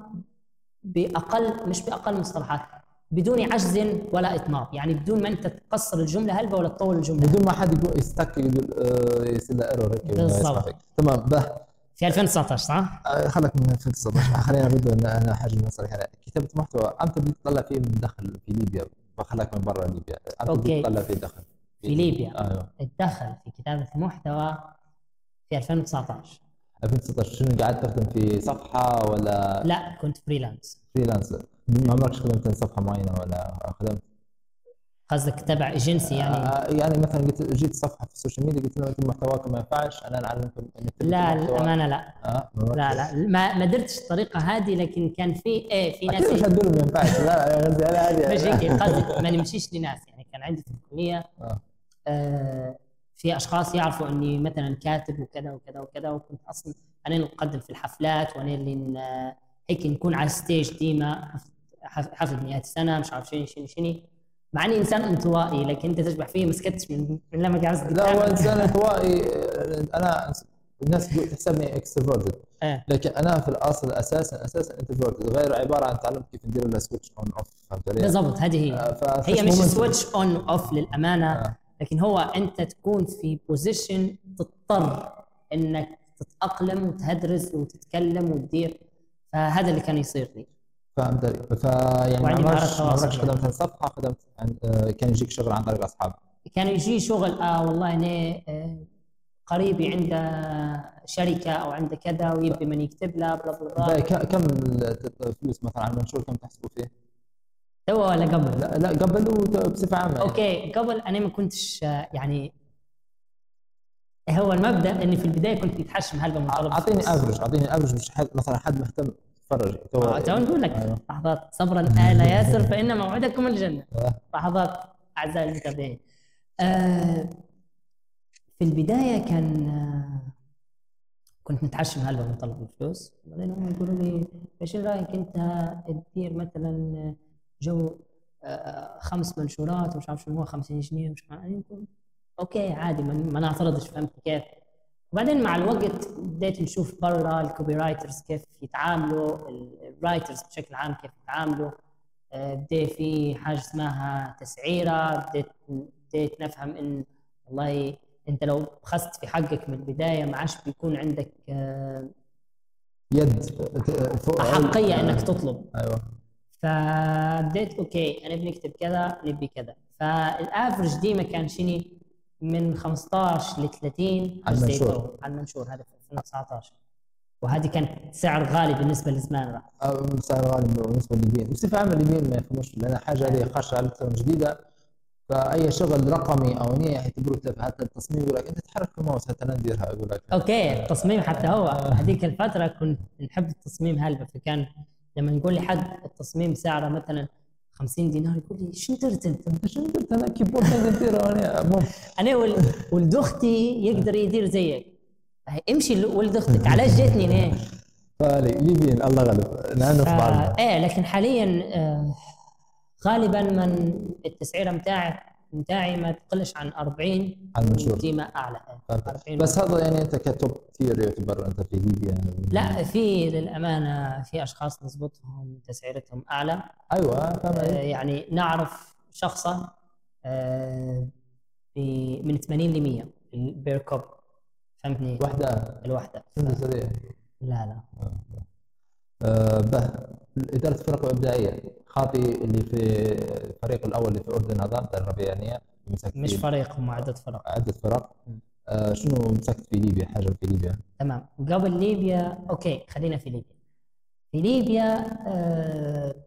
باقل، مش باقل مصطلحات، بدون عجز ولا اطناب، يعني بدون ما انت تقصر الجمله هلبة ولا تطول الجمله، بدون ما حد يقول يستك يقول آه، يصير له ايرور هيك. بالضبط. تمام. به في ألفين وتسعطعش صح؟ آه، خلك من ألفين وتسعطعش. خلينا نرد ان انا حاجه نصرح على كتابه محتوى. امتى بدك تطلع فيه من دخل في ليبيا؟ بخلك من برا ليبيا. امتى بدك تطلع فيه دخل في ليبيا؟ ايوه. الدخل في كتابه المحتوى في ألفين وتسعطعش. ألفين وتسعطعش شنو قاعد تخدم في صفحه ولا؟ لا كنت فريلانس. فريلانسر. ما عمرك خدمت صفحه معينه ولا خدمت؟ قصدك تبع ايجنسي يعني؟ آه يعني مثلا قلت جيت صفحه في السوشيال ميديا قلت لهم انتم محتواكم ما ينفعش، انا نعلمكم ان لا للامانه لا. آه لا لا ما ما درتش الطريقه هذه، لكن كان في ايه في ناس اكيد مش هتقول ما ينفعش. لا قصدي انا هذه مش هيك قصدي، ما نمشيش لناس، يعني كان عندي في الكليه آه. آه في اشخاص يعرفوا اني مثلا كاتب وكذا وكذا وكذا، وكنت اصلا انا اللي نقدم في الحفلات، وانا اللي ن- هيك نكون على الستيج ديما، حفل حفل مئة سنه مش عارف شنو شنو شنو، مع اني انسان انطوائي، لكن انت تشبح فيه ما سكتش من, من لما جلست لا هو انسان انطوائي. انا الناس تحسبني اكستروفرتد، آه. لكن انا في الاصل اساسا اساسا انتروفرتد، غير عباره عن تعلمت كيف ندير له سويتش اون اوف. فهمت علي؟ بالضبط هذه هي. آه هي مش سويتش اون اوف للامانه، آه. لكن هو انت تكون في بوزيشن تضطر انك تتاقلم وتهدرس وتتكلم وتدير، فهذا اللي كان يصير لي. فهمت علي؟ فيعني ما عمركش ما عمركش خدمت عن صفحه، خدمت عن آه كان يجيك شغل عن طريق اصحاب؟ كان يجي شغل اه والله انا آه قريبي عنده شركه او عنده كذا ويبي من يكتب له بلا بلا باهي، بلا. ك- كم الفلوس مثلا على المنشور كم تحسبوا فيه؟ توا ولا قبل؟ لا لا قبل وبصفه عامه يعني. اوكي قبل انا ما كنتش آه، يعني هو المبدا اني في البدايه كنت متحشم هلبة من طلب اعطيني الفلوس. افرج، اعطيني افرج، مش حد مثلا حد مهتم يتفرج تو. آه، تو نقول لك أيوة. لحظات صبرا آل ياسر فإن موعدكم الجنة. آه. لحظات أعزائي المتابعين. آه في البداية كان آه كنت متعشم هلبة من طلب الفلوس، بعدين هم يقولوا لي ايش رايك انت تدير مثلا جو آه خمس منشورات ومش عارف شنو هو خمسين جنيه ومش عارف إيه. اوكي عادي ما ما نعترضش، فهمت كيف؟ وبعدين مع الوقت بديت نشوف برا الكوبي رايترز كيف يتعاملوا، الرايترز بشكل عام كيف يتعاملوا. آه، بدي في حاجه اسمها تسعيره، بديت بديت نفهم ان والله انت لو اخذت في حقك من البدايه ما عادش بيكون عندك آه، يد فوق احقيه آه. انك تطلب. ايوه. فبديت اوكي انا بنكتب كذا نبي كذا، فالافرج ديما كان شني من خمسطعش ل ثلاثين على حاجه زي المنشور. تو على المنشور هذا في ألفين وتسعطعش، وهذه كانت سعر غالي بالنسبه لزمان راح. آه، سعر غالي بالنسبه لليبيين، بصفه عامه اليمين ما يفهموش لان حاجه هذه خاصه على جديده، فاي شغل رقمي او نيه يعتبروه تافه. حتى التصميم يقول لك انت تحرك الماوس حتى نديرها، يقول لك اوكي التصميم حتى هو هذيك الفتره كنت نحب التصميم هلبة، فكان لما يقول لي حد التصميم سعره مثلا خمسين دينار يقول لي شو درت انت؟ انت شو درت؟ انا كيبورد نديره انا مو انا ول- ولد اختي يقدر يدير زيك، هي امشي ولد اختك علاش جيتني هنا؟ فالي ليبيين الله غالب نعرف بعضنا. ايه لكن حاليا آه غالبا من التسعيره متاعي متاعي ما تقلش عن أربعين على المنشور. قيمه اعلى. أربعين بس هذا يعني انت كتوب كثير يعتبر انت في ليبيا يعني. لا في للامانه في اشخاص نظبطهم تسعيرتهم اعلى. ايوه آه فاهم. يعني نعرف شخصه آه من ثمانين ل مية بير كوب، فهمتني؟ وحده الوحده ف... سندسيه. لا لا آه به اداره الفرق الابداعيه خاطي اللي في الفريق الاول اللي في الاردن هذا بتاع الربيعانيه مش فريق، هم عدة فرق. عده فرق. آه شنو مسكت في ليبيا؟ حاجه في ليبيا تمام. قبل ليبيا اوكي خلينا في ليبيا. في ليبيا آه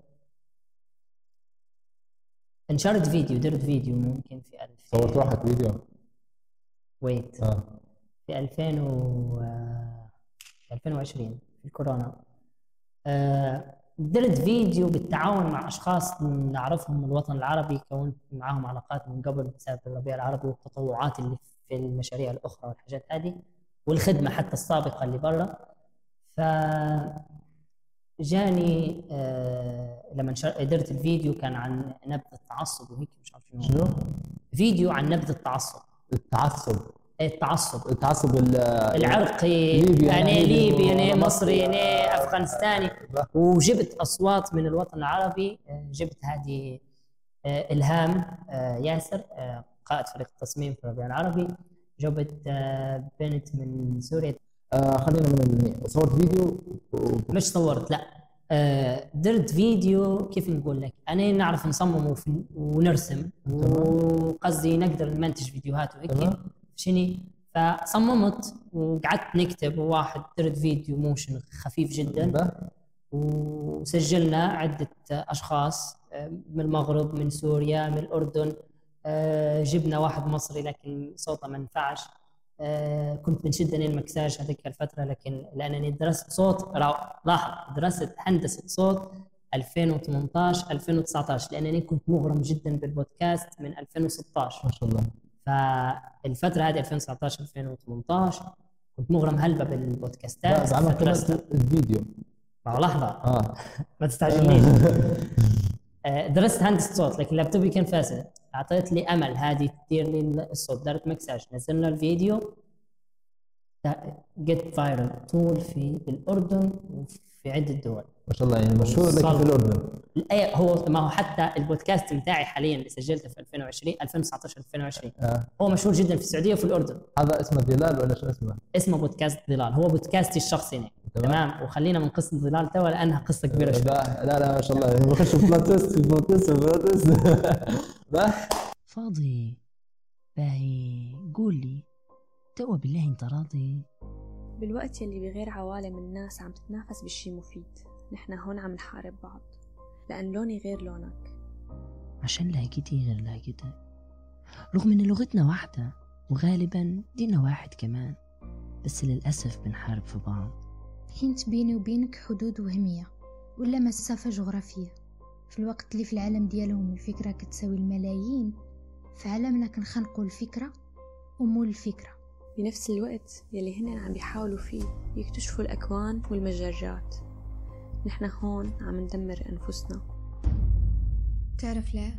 انشرت فيديو، درت فيديو ممكن في ألفين. صورت روحك فيديو؟ ويت اه في ألفين و آه، ألفين وعشرين في الكورونا. آه درت فيديو بالتعاون مع اشخاص نعرفهم من الوطن العربي، كونت معهم علاقات من قبل بسبب الربيع العربي والتطوعات اللي في المشاريع الاخرى والحاجات هذه والخدمه حتى السابقه اللي برا. ف جاني آه لما درت الفيديو كان عن نبذ التعصب وهيك مش عارف شنو. شنو؟ فيديو عن نبذ التعصب. التعصب. التعصب التعصب العرقي، ليبي انا أنا ليبي انا أنا مصري انا افغانستاني. وجبت اصوات من الوطن العربي. جبت هذه آه، الهام آه، ياسر آه، قائد فريق التصميم في الربيع العربي. جبت آه، بنت من سوريا. آه خلينا من صورت فيديو و... مش صورت لا آه، درت فيديو كيف نقول لك انا نعرف نصمم وفي- ونرسم وقصدي نقدر نمنتج فيديوهات وهيك تمام. شني. فصممت وقعدت نكتب وواحد درت فيديو موشن خفيف جدا به. وسجلنا عدة أشخاص آه، من المغرب من سوريا من الأردن. آه، جبنا واحد مصري لكن صوته ما نفعش. آه، كنت بنشد أنا المكساج هذيك الفترة، لكن لأنني درست صوت لاحظ درست هندسة صوت ألفين وثمانطعش ألفين وتسعطعش لأنني كنت مغرم جدا بالبودكاست من ألفين وستطعش. ما شاء الله. فالفترة هذه ألفين وتسعطعش ألفين وثمانطعش كنت مغرم هلبة بالبودكاستات. بعد ما كملت الفيديو مع لحظة اه ما تستعجلنيش. آه، درست هندسة صوت لكن لابتوبي كان فاسد. أعطيت لي أمل هذه تدير لي الصوت، دارت مكساج نزلنا الفيديو جيت فايرل طول في الأردن وفي عدة دول. ما شاء الله يعني مشهور لك في الأردن. اي هو ما هو حتى البودكاست بتاعي حاليا اللي سجلته في ألفين وعشرين ألفين وتسعطعش ألفين وعشرين آه. هو مشهور جدا في السعودية وفي الأردن. هذا اسمه ظلال ولا شو اسمه؟ اسمه بودكاست ظلال، هو بودكاستي الشخصي هنا. تمام. وخلينا من قصة ظلال توا لأنها قصة كبيرة شوي. لا لا ما شاء الله نخش في بلاتوست في بلاتوست في بلاتوست. فاضي باهي قول لي توا بالله انت راضي؟ بالوقت يلي بغير عوالم الناس عم تتنافس بالشي مفيد، نحن هون عم نحارب بعض، لأن لوني غير لونك. عشان لهجتي غير لهجتك، رغم ان لغتنا واحدة وغالبا دينا واحد كمان، بس للأسف بنحارب في بعض. حينت بيني وبينك حدود وهمية ولا مسافة جغرافية. في الوقت اللي في العالم ديالهم الفكرة كتساوي الملايين، في عالمنا كنخنقوا الفكرة ومول الفكرة. بنفس الوقت يلي هن عم بيحاولوا فيه يكتشفوا الأكوان والمجرات، نحن هون عم ندمر أنفسنا. تعرف ليه؟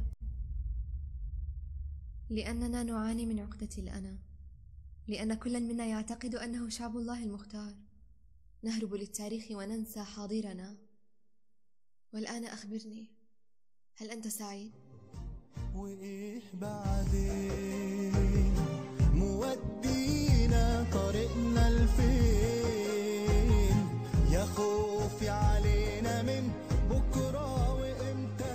لأننا نعاني من عقدة الأنا، لأن كل منا يعتقد أنه شعب الله المختار. نهرب للتاريخ وننسى حاضرنا. والآن أخبرني، هل أنت سعيد؟ وإيه بعدين مودينا طريقنا لفين؟ يا خوفي علينا من بكرة وإمتى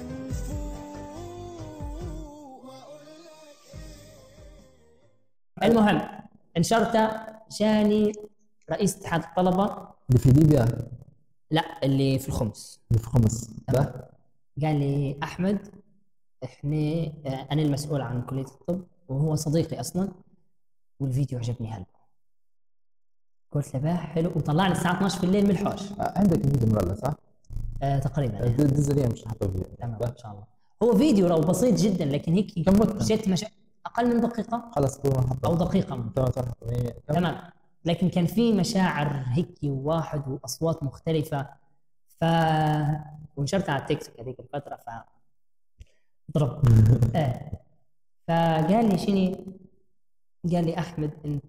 نفوق وأقول لك إيه. المهم انشرت جاني رئيس اتحاد الطلبة اللي في ليبيا، لا اللي في الخمس، اللي في خمس ده قال لي أحمد احنا آه، أنا المسؤول عن كلية الطب وهو صديقي أصلا، والفيديو عجبني هلا. قلت له باه حلو، وطلعني الساعة اثناشر في الليل من الحوش. آه، عندك الفيديو مرة صح؟ آه تقريبا يعني. دز لي مش حاطه فيديو. تمام ان شاء الله. هو فيديو لو بسيط جدا لكن هيك كم مدة؟ جت مش اقل من دقيقة خلاص كل حطه او دقيقة من. تمام تمام تمام، لكن كان في مشاعر هيك وواحد واصوات مختلفة. ف ونشرتها على التيك توك هذيك الفترة ف ضرب. ايه فقال لي شني، قال لي احمد انت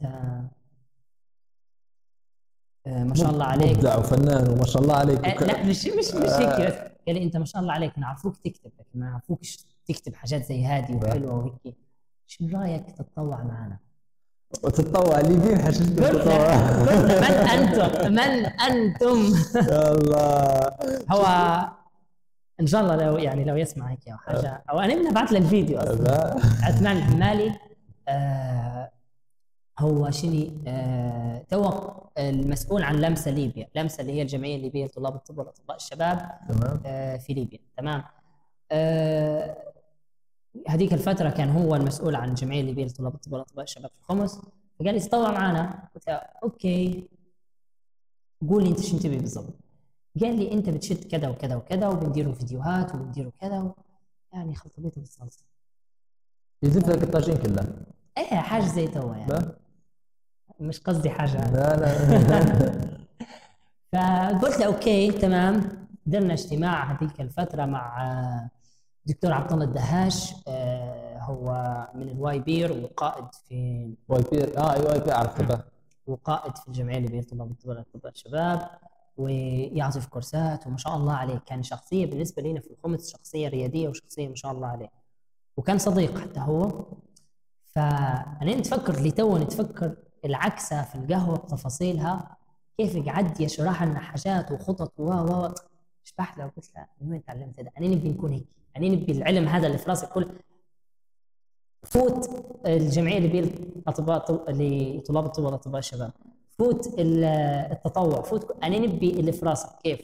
آه ما شاء الله عليك مبدع وفنان وما شاء الله عليك. آه لا مش مش مش هيك بس، قال لي انت ما شاء الله عليك نعرفوك تكتب لكن ما نعرفوكش تكتب حاجات زي هذه وحلوه وهيك، شو رايك تتطوع معنا؟ وتتطوع الليبيين حششت قلت تتطوع. له قلت له من انتم؟ من انتم؟ يا الله. هو ان شاء الله لو يعني لو يسمع هيك او حاجه او انا بنبعث له الفيديو اصلا. عثمان الحمالي آه هو شني آه تو المسؤول عن لمسه ليبيا، لمسه اللي هي الجمعيه الليبيه لطلاب الطب والاطباء الشباب تمام آه في ليبيا. تمام آه هذيك الفتره كان هو المسؤول عن الجمعيه الليبيه لطلاب الطب والاطباء الشباب في الخمس، فقال لي تطوع معنا. قلت له اوكي قول لي انت شو تبي بالضبط. قال لي انت بتشد كذا وكذا وكذا وبنديروا فيديوهات وبنديروا كذا و... يعني خلطبيته بالصلصه. يزيد لك الطاجين كلها. ايه حاجه زي توا يعني. لا مش قصدي حاجه. لا لا. فقلت له اوكي تمام. درنا اجتماع هذيك الفتره مع دكتور عبد الله الدهاش، هو من الواي بير وقائد في واي بير. اه اي واي بير عرفته. وقائد في الجمعيه الليبيه لطلاب الطب والاطباء الشباب ويعطي في كورسات وما شاء الله عليه. كان شخصيه بالنسبه لنا في الخمس شخصيه رياديه وشخصيه ما شاء الله عليه، وكان صديق حتى هو. فانا نتفكر اللي تو نتفكر العكسه في القهوه بتفاصيلها، كيف قعد يشرح لنا حاجات وخطط و و شبح له وقلت له من وين تعلمت هذا؟ انا نبي نكون هيك، انا نبي العلم هذا اللي في راسك كله. فوت الجمعيه اللي بين اطباء لطلاب الطب والاطباء الشباب، فوت التطوع، فوت انا نبي اللي في راسك كيف.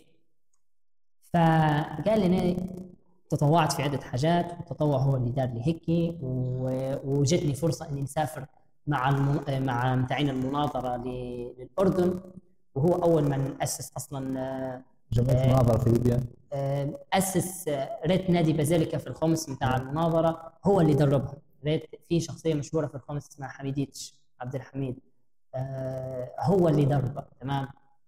فقال لي انا تطوعت في عده حاجات والتطوع هو اللي دار لي هيك، وجتني فرصه اني نسافر مع المن... مع متاعين المناظره للاردن، وهو اول من اسس اصلا جمعيه المناظره في ليبيا. اسس ريت نادي بازيليكا في الخمس متاع المناظره، هو اللي دربهم. ريت في شخصيه مشهوره في الخمس اسمها حميديتش عبد الحميد، هو اللي دربه. تمام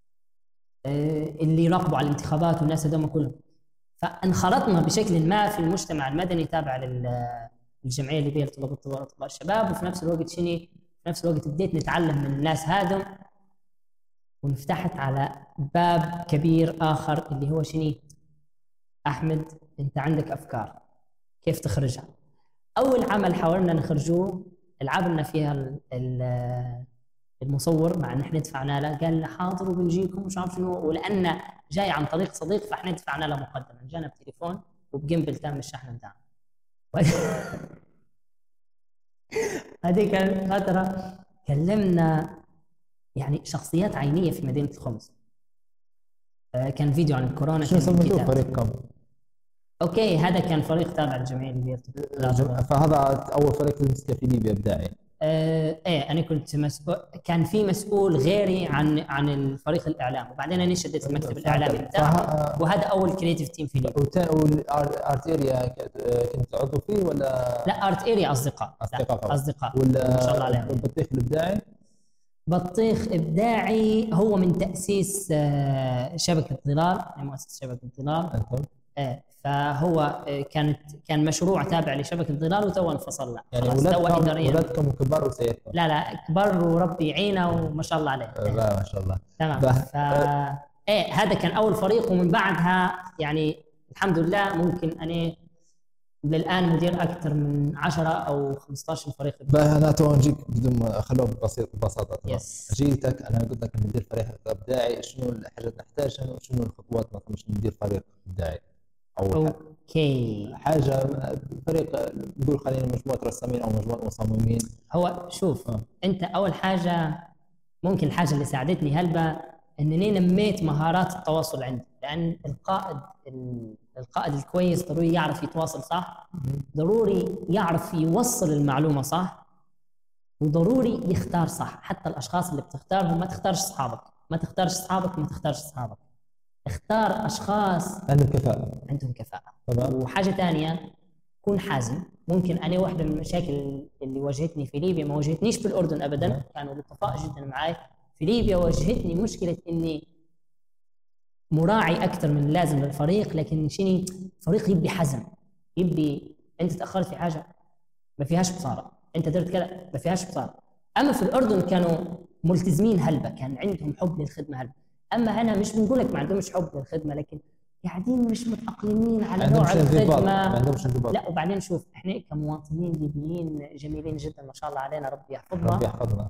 اللي راقبوا على الانتخابات والناس هذول كلهم. فانخرطنا بشكل ما في المجتمع المدني تابع للجمعيه الليبيه لطلاب الطب واطباء الشباب، وفي نفس الوقت شني في نفس الوقت بديت نتعلم من الناس هذم، ونفتحت على باب كبير اخر اللي هو شني احمد انت عندك افكار كيف تخرجها. اول عمل حاولنا نخرجوه لعبنا فيها المصور، مع ان احنا دفعنا له، قال لنا حاضر وبنجيكم مش عارف شنو، ولانه جاي عن طريق صديق فاحنا دفعنا له مقدما. جانا بتليفون وبجنبل تام الشحن بتاعنا. هذيك الفتره كلمنا يعني شخصيات عينيه في مدينه الخمس. آه، كان فيديو عن الكورونا. شو كان سميتوه كتاب. فريق كم؟ اوكي هذا كان فريق تابع للجمعيه الليبيه للطب. فهذا اول فريق تمسكه في ليبيا ابداعي. آه، ايه انا كنت مسؤول، كان في مسؤول غيري عن عن الفريق الاعلام، وبعدين انا شديت المكتب الاعلامي بتاعه، وهذا اول كريتيف تيم في ليبيا. والارت اريا كنت عضو فيه ولا؟ لا ارت اريا اصدقاء. اصدقاء فقط. اصدقاء ولا ما شاء الله عليهم. البطيخ الابداعي؟ بطيخ ابداعي هو من تاسيس آه، شبكه ظلال، مؤسسه شبكه ظلال. انتم؟ ايه فهو آه، كانت كان مشروع تابع لشبكه ظلال وتو انفصل له. يعني خلاص، تو ولادكم إدارياً. ولادكم كبار وسيدكم؟ لا لا كبر وربي يعينه وما شاء الله عليه. إيه. لا ما شاء الله. تمام. به- ف ايه هذا كان اول فريق، ومن بعدها يعني الحمد لله ممكن انا للان مدير اكثر من عشرة او خمسة عشر فريق. باه انا تو نجيك بدون خلوه بسيط ببساطه. تمام. يس. جيتك انا قلت لك مدير فريق ابداعي، شنو الحاجات نحتاج، شنو شنو الخطوات مثلا مش مدير فريق ابداعي؟ او اوكي حاجه فريق نقول خلينا مجموعه رسامين او مجموعه مصممين. هو شوف آه. انت اول حاجه ممكن الحاجه اللي ساعدتني هلبة انني نميت مهارات التواصل عندي، لان القائد القائد الكويس ضروري يعرف يتواصل صح، ضروري يعرف يوصل المعلومه صح، وضروري يختار صح. حتى الاشخاص اللي بتختارهم ما تختارش اصحابك، ما تختارش اصحابك ما تختارش اصحابك اختار اشخاص عندهم كفاءه. عندهم كفاءه. طبعا. وحاجه ثانيه كون حازم. ممكن انا واحده من المشاكل اللي واجهتني في ليبيا ما واجهتنيش في الاردن ابدا، كانوا لطفاء جدا معي. في ليبيا واجهتني مشكله اني مراعي اكثر من اللازم للفريق، لكن شيني فريق يبي حزم، يبي انت تاخرت في حاجه ما فيهاش بصاره، انت درت كذا ما فيهاش بصاره. اما في الاردن كانوا ملتزمين هلبة، كان عندهم حب للخدمه هلبة. اما هنا مش بنقول لك ما عندهمش حب للخدمه، لكن قاعدين مش متاقلمين على نوع الخدمه. ما عندهمش انضباط. لا وبعدين شوف احنا كمواطنين ليبيين جميلين جدا ما شاء الله علينا، ربي يحفظنا. ربي يحفظنا.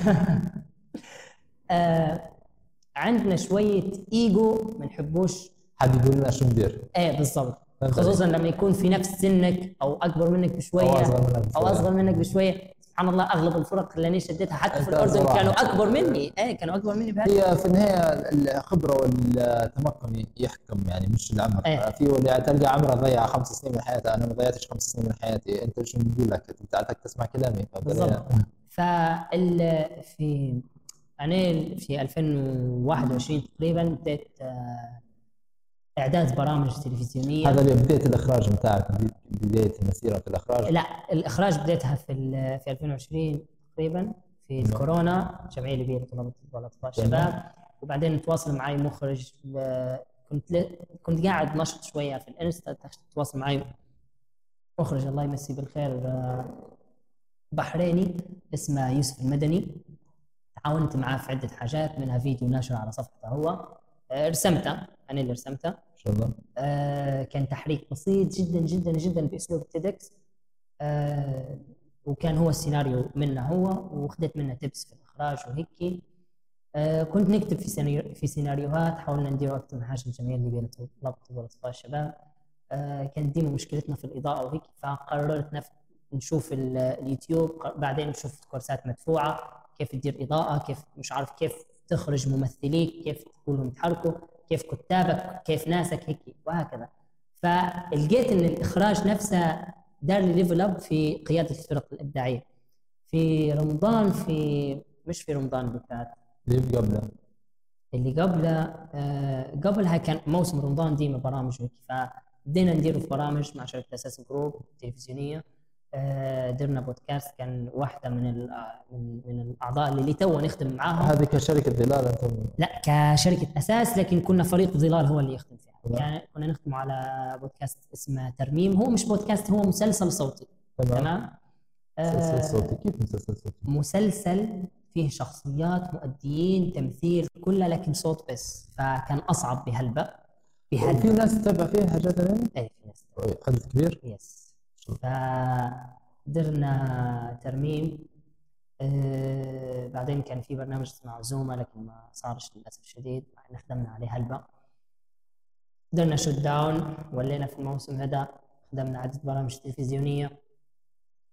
آه عندنا شويه ايجو ما نحبوش حد يقول لنا شو ندير. ايه بالضبط، خصوصا لما يكون في نفس سنك او اكبر منك بشويه او اصغر منك بشويه, أو أصغر منك بشوية. سبحان الله اغلب الفرق اللي انا شديتها حتى في الاردن صراحة. كانوا اكبر مني. ايه كانوا اكبر مني بهذا. هي في النهايه الخبره والتمكن يحكم، يعني مش العمر. ايه. في اللي تلقى عمره ضيع خمس سنين من حياته، انا ما ضيعتش خمس سنين من حياتي، انت شو بقول لك؟ انت تعتك تسمع كلامي. بالضبط. فال في انا في ألفين وواحد وعشرين تقريبا بديت آه اعداد برامج تلفزيونيه. هذا اللي بديت الاخراج بتاعك، بدايه المسيره في الاخراج؟ لا الاخراج بديتها في في ألفين وعشرين تقريبا في الكورونا، الجمعيه الليبيه لطلاب والاطفال الشباب. وبعدين تواصل معي مخرج، كنت ل... كنت قاعد نشط شويه في الانستا، تواصل معي مخرج الله يمسيه بالخير بحريني اسمه يوسف المدني. تعاونت معاه في عده حاجات، منها فيديو ناشر على صفحته هو، رسمته انا اللي رسمته ان شاء الله. آه كان تحريك بسيط جدا جدا جدا باسلوب التيدكس. آه وكان هو السيناريو منه هو، وخدت منه تبس في الاخراج وهيك. آه كنت نكتب في سيناريو في سيناريوهات، حاولنا ندير اكثر من حاجه الجمعيه الليبيه لطلاب والاطفال الشباب. آه كانت ديما مشكلتنا في الاضاءه وهيك، فقررت نف... نشوف اليوتيوب، بعدين نشوف كورسات مدفوعه كيف تدير اضاءه، كيف مش عارف كيف تخرج ممثليك، كيف تقولهم يتحركوا، كيف كتابك، كيف ناسك هيك وهكذا. فلقيت ان الاخراج نفسه دار لي ليفل اب في قياده الفرق الابداعيه. في رمضان في مش في رمضان اللي فات، اللي قبله اللي قبله آه قبلها كان موسم رمضان ديما برامج وهيك، فبدينا نديروا في برامج مع شركه اساس جروب تلفزيونيه. آه درنا بودكاست، كان واحده من من من الاعضاء اللي تو نخدم معاهم. هذه كشركه ظلال انتم؟ لا كشركه اساس، لكن كنا فريق ظلال هو اللي يخدم فيها. يعني كنا نخدم على بودكاست اسمه ترميم، هو مش بودكاست، هو مسلسل صوتي. تمام. تمام. مسلسل صوتي. كيف مسلسل صوتي؟ مسلسل فيه شخصيات، مؤديين، تمثيل كله، لكن صوت بس، فكان اصعب بهلبة بهلبة. في ناس تتابع فيه حاجات ثانيه؟ اي في ناس. حدث كبير؟ يس. فدرنا ترميم. آه بعدين كان في برنامج اسمه عزومه، لكن ما صارش للاسف الشديد، احنا خدمنا عليه هلبة. درنا شوت داون، ولينا في الموسم هذا خدمنا عده برامج تلفزيونيه.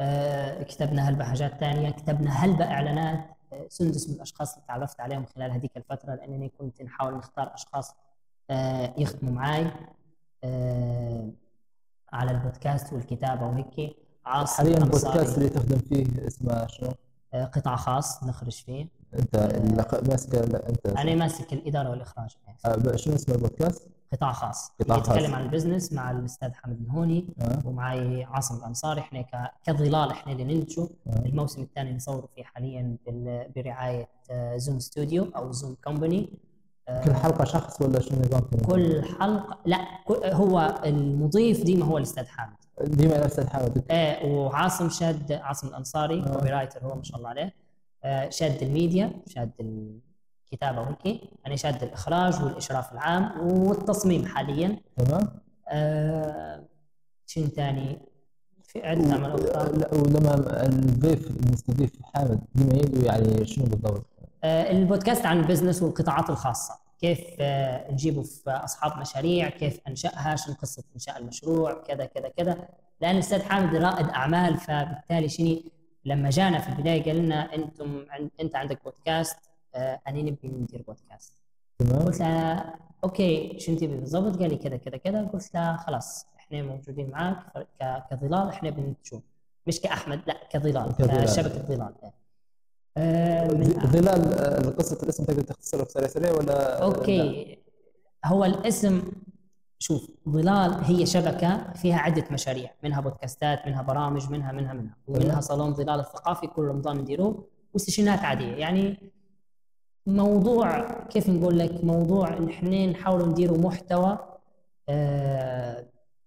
آه، كتبنا هلبة حاجات تانية، كتبنا هلبة إعلانات. آه، سندس من الأشخاص اللي تعرفت عليهم خلال هذيك الفترة، لأنني كنت نحاول نختار أشخاص آه، يخدموا معي آه، على البودكاست والكتابة وهيك. عاصم حاليا الأنصاري، البودكاست اللي تخدم فيه اسمه شنو؟ آه، قطاع خاص نخرج فيه. انت اللي ق- ماسك لا انت أنا ماسك الإدارة والإخراج. آه، شنو اسم البودكاست؟ قطاع خاص قطاع خاص. يتكلم عن البزنس مع الأستاذ حمد الهوني آه. ومعي عاصم الأنصاري. إحنا ك- كظلال إحنا اللي ننتجه. آه. الموسم الثاني نصوره فيه حاليا بال- برعاية آه، زوم ستوديو أو زوم كومباني. كل حلقة شخص ولا شنو نظامكم؟ كل حلقة لا، كل- هو المضيف ديما هو الأستاذ حامد. ديما نفس الحاجة. ايه، وعاصم شاد، عاصم الأنصاري كوبي رايتر هو ما شاء الله عليه. آه، شاد الميديا، شاد الكتابة وهيك. أنا شاد الإخراج والإشراف العام والتصميم حاليا. تمام. آه، شنو ثاني؟ في عدة أعمال أخرى. لا، ولما الضيف المستضيف حامد ديما يدو يعني شنو بالضبط؟ آه، البودكاست عن البزنس والقطاعات الخاصة، كيف آه، نجيبه في أصحاب مشاريع، كيف أنشأها، شنو قصة إنشاء المشروع، كذا كذا كذا. لأن الأستاذ حامد رائد أعمال، فبالتالي شنو لما جانا في البداية قال لنا أنتم عن... أنت عندك بودكاست، آه، أنا نبي ندير بودكاست. تمام. قلت له أوكي شنو تبي بالضبط؟ قال لي كذا كذا كذا. قلت له خلاص إحنا موجودين معك ك... كظلال، إحنا بنشوف مش كأحمد، لا كظلال، كظلال. كشبكة ظلال. آه، من ظلال آه، قصة الاسم تقدر تختصره بسريع سريع ولا؟ اوكي. هو الاسم، شوف، ظلال هي شبكه فيها عده مشاريع، منها بودكاستات، منها برامج، منها منها منها ومنها صالون ظلال الثقافي كل رمضان نديروه، وسيشنات عاديه. يعني موضوع كيف نقول لك، موضوع ان احنا نحاول نديروا محتوى، آه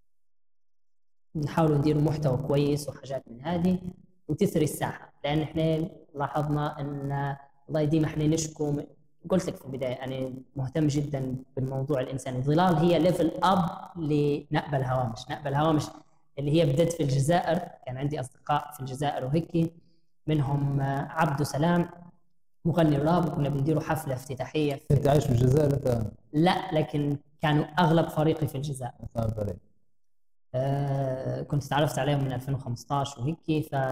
نحاول نديروا محتوى كويس وحاجات من هذه وتثري الساحه. لان احنا لاحظنا ان والله ديما احنا نشكو، قلت لك في البدايه انا مهتم جدا بالموضوع الانساني. ظلال هي ليفل اب لنقبل هوامش. نقبل هوامش اللي هي بدت في الجزائر، كان عندي اصدقاء في الجزائر وهيك، منهم عبدو سلام مغني الراب، وكنا بنديروا حفله افتتاحيه في... انت عايش في الجزائر انت؟ لا، لكن كانوا اغلب فريقي في الجزائر. فهمت عليك. آه كنت تعرفت عليهم من ألفين وخمسطعش وهيك. ف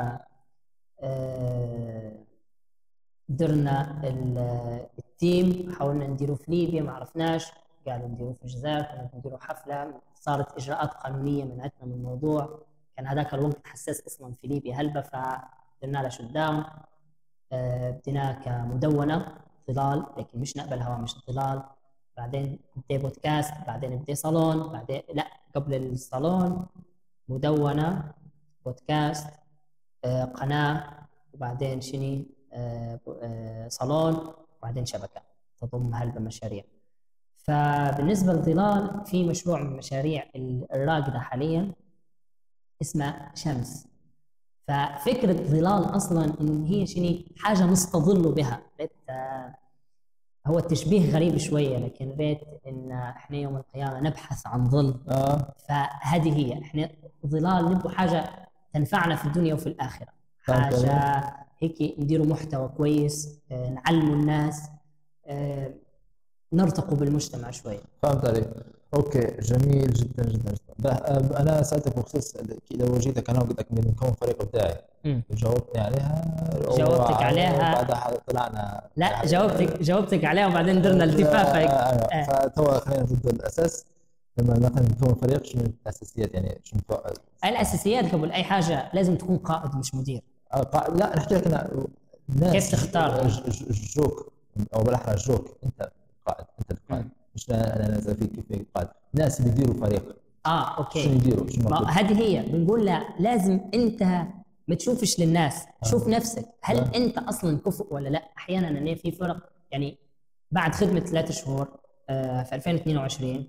آه درنا التيم، حاولنا نديروا في ليبيا ما عرفناش، قالوا نديروا في الجزائر، كنا نديروا حفله، صارت اجراءات قانونيه منعتنا من الموضوع. كان هذاك الوقت حساس اصلا في ليبيا هلبة، فدرنا له شوت داون. آه بدينا كمدونه ظلال، لكن مش نقبل هوامش الظلال. بعدين بدي بودكاست، بعدين بدي صالون، بعدين لا قبل الصالون مدونه، بودكاست، آه قناه، وبعدين شني آه آه صالون، وبعدين شبكه تضم هلبة مشاريع. فبالنسبه لظلال في مشروع من المشاريع الراقده حاليا اسمه شمس. ففكره ظلال اصلا ان هي شني حاجه نستظل بها. آه هو التشبيه غريب شويه، لكن ريت ان احنا يوم القيامه نبحث عن ظل. اه فهذه هي احنا ظلال، نبغى حاجه تنفعنا في الدنيا وفي الاخره، حاجه هيك نديروا محتوى كويس، آه نعلموا الناس، آه نرتقوا بالمجتمع شوي. فهمت عليك. اوكي، جميل جدا جدا جدا. انا سالتك بخصوص اذا وجدتك انا قلت لك من كون فريق بتاعي، جاوبتني عليها. جاوبتك عليها بعدها طلعنا. لا، جاوبتك جاوبتك عليها وبعدين درنا التفافه. آه. فتوا خلينا نبدا الاساس. لما مثلا نكون فريق شنو الاساسيات؟ يعني شنو الاساسيات؟ قبل اي حاجه لازم تكون قائد مش مدير. آه لا، نحكي لك انا الناس كيف تختار الجوك، او بالاحرى الجوك. انت قائد، انت القائد، مش انا نازل فيك كيف قائد. الناس اللي يديروا فريق اه اوكي شنو يديروا؟ شنو هذه هي بنقول لا، لازم انت ما تشوفش للناس، شوف نفسك. هل آه. انت اصلا كفؤ ولا لا؟ احيانا انا في فرق، يعني بعد خدمه ثلاث شهور آه في ألفين واثنين وعشرين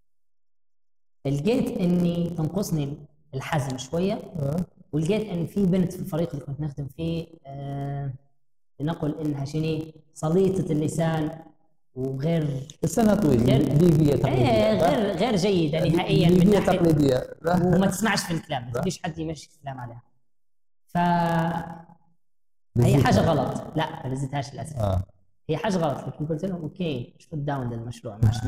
لقيت اني تنقصني الحزم شويه. آه. ولقيت ان في بنت في الفريق اللي كنت نخدم فيه آه لنقل انها شني سليطه اللسان وغير لسانها طويل، ليبيه تقليديه. ايه غير غير جيده نهائيا، من ليبيه ناحيه تقليديه، وما تسمعش في الكلام، ما تجيش حد يمشي الكلام عليها. ف هي حاجه غلط. لا ما لزتهاش للاسف. آه. هي حاجه غلط، لكن قلت لهم اوكي شوت داون للمشروع ماشي.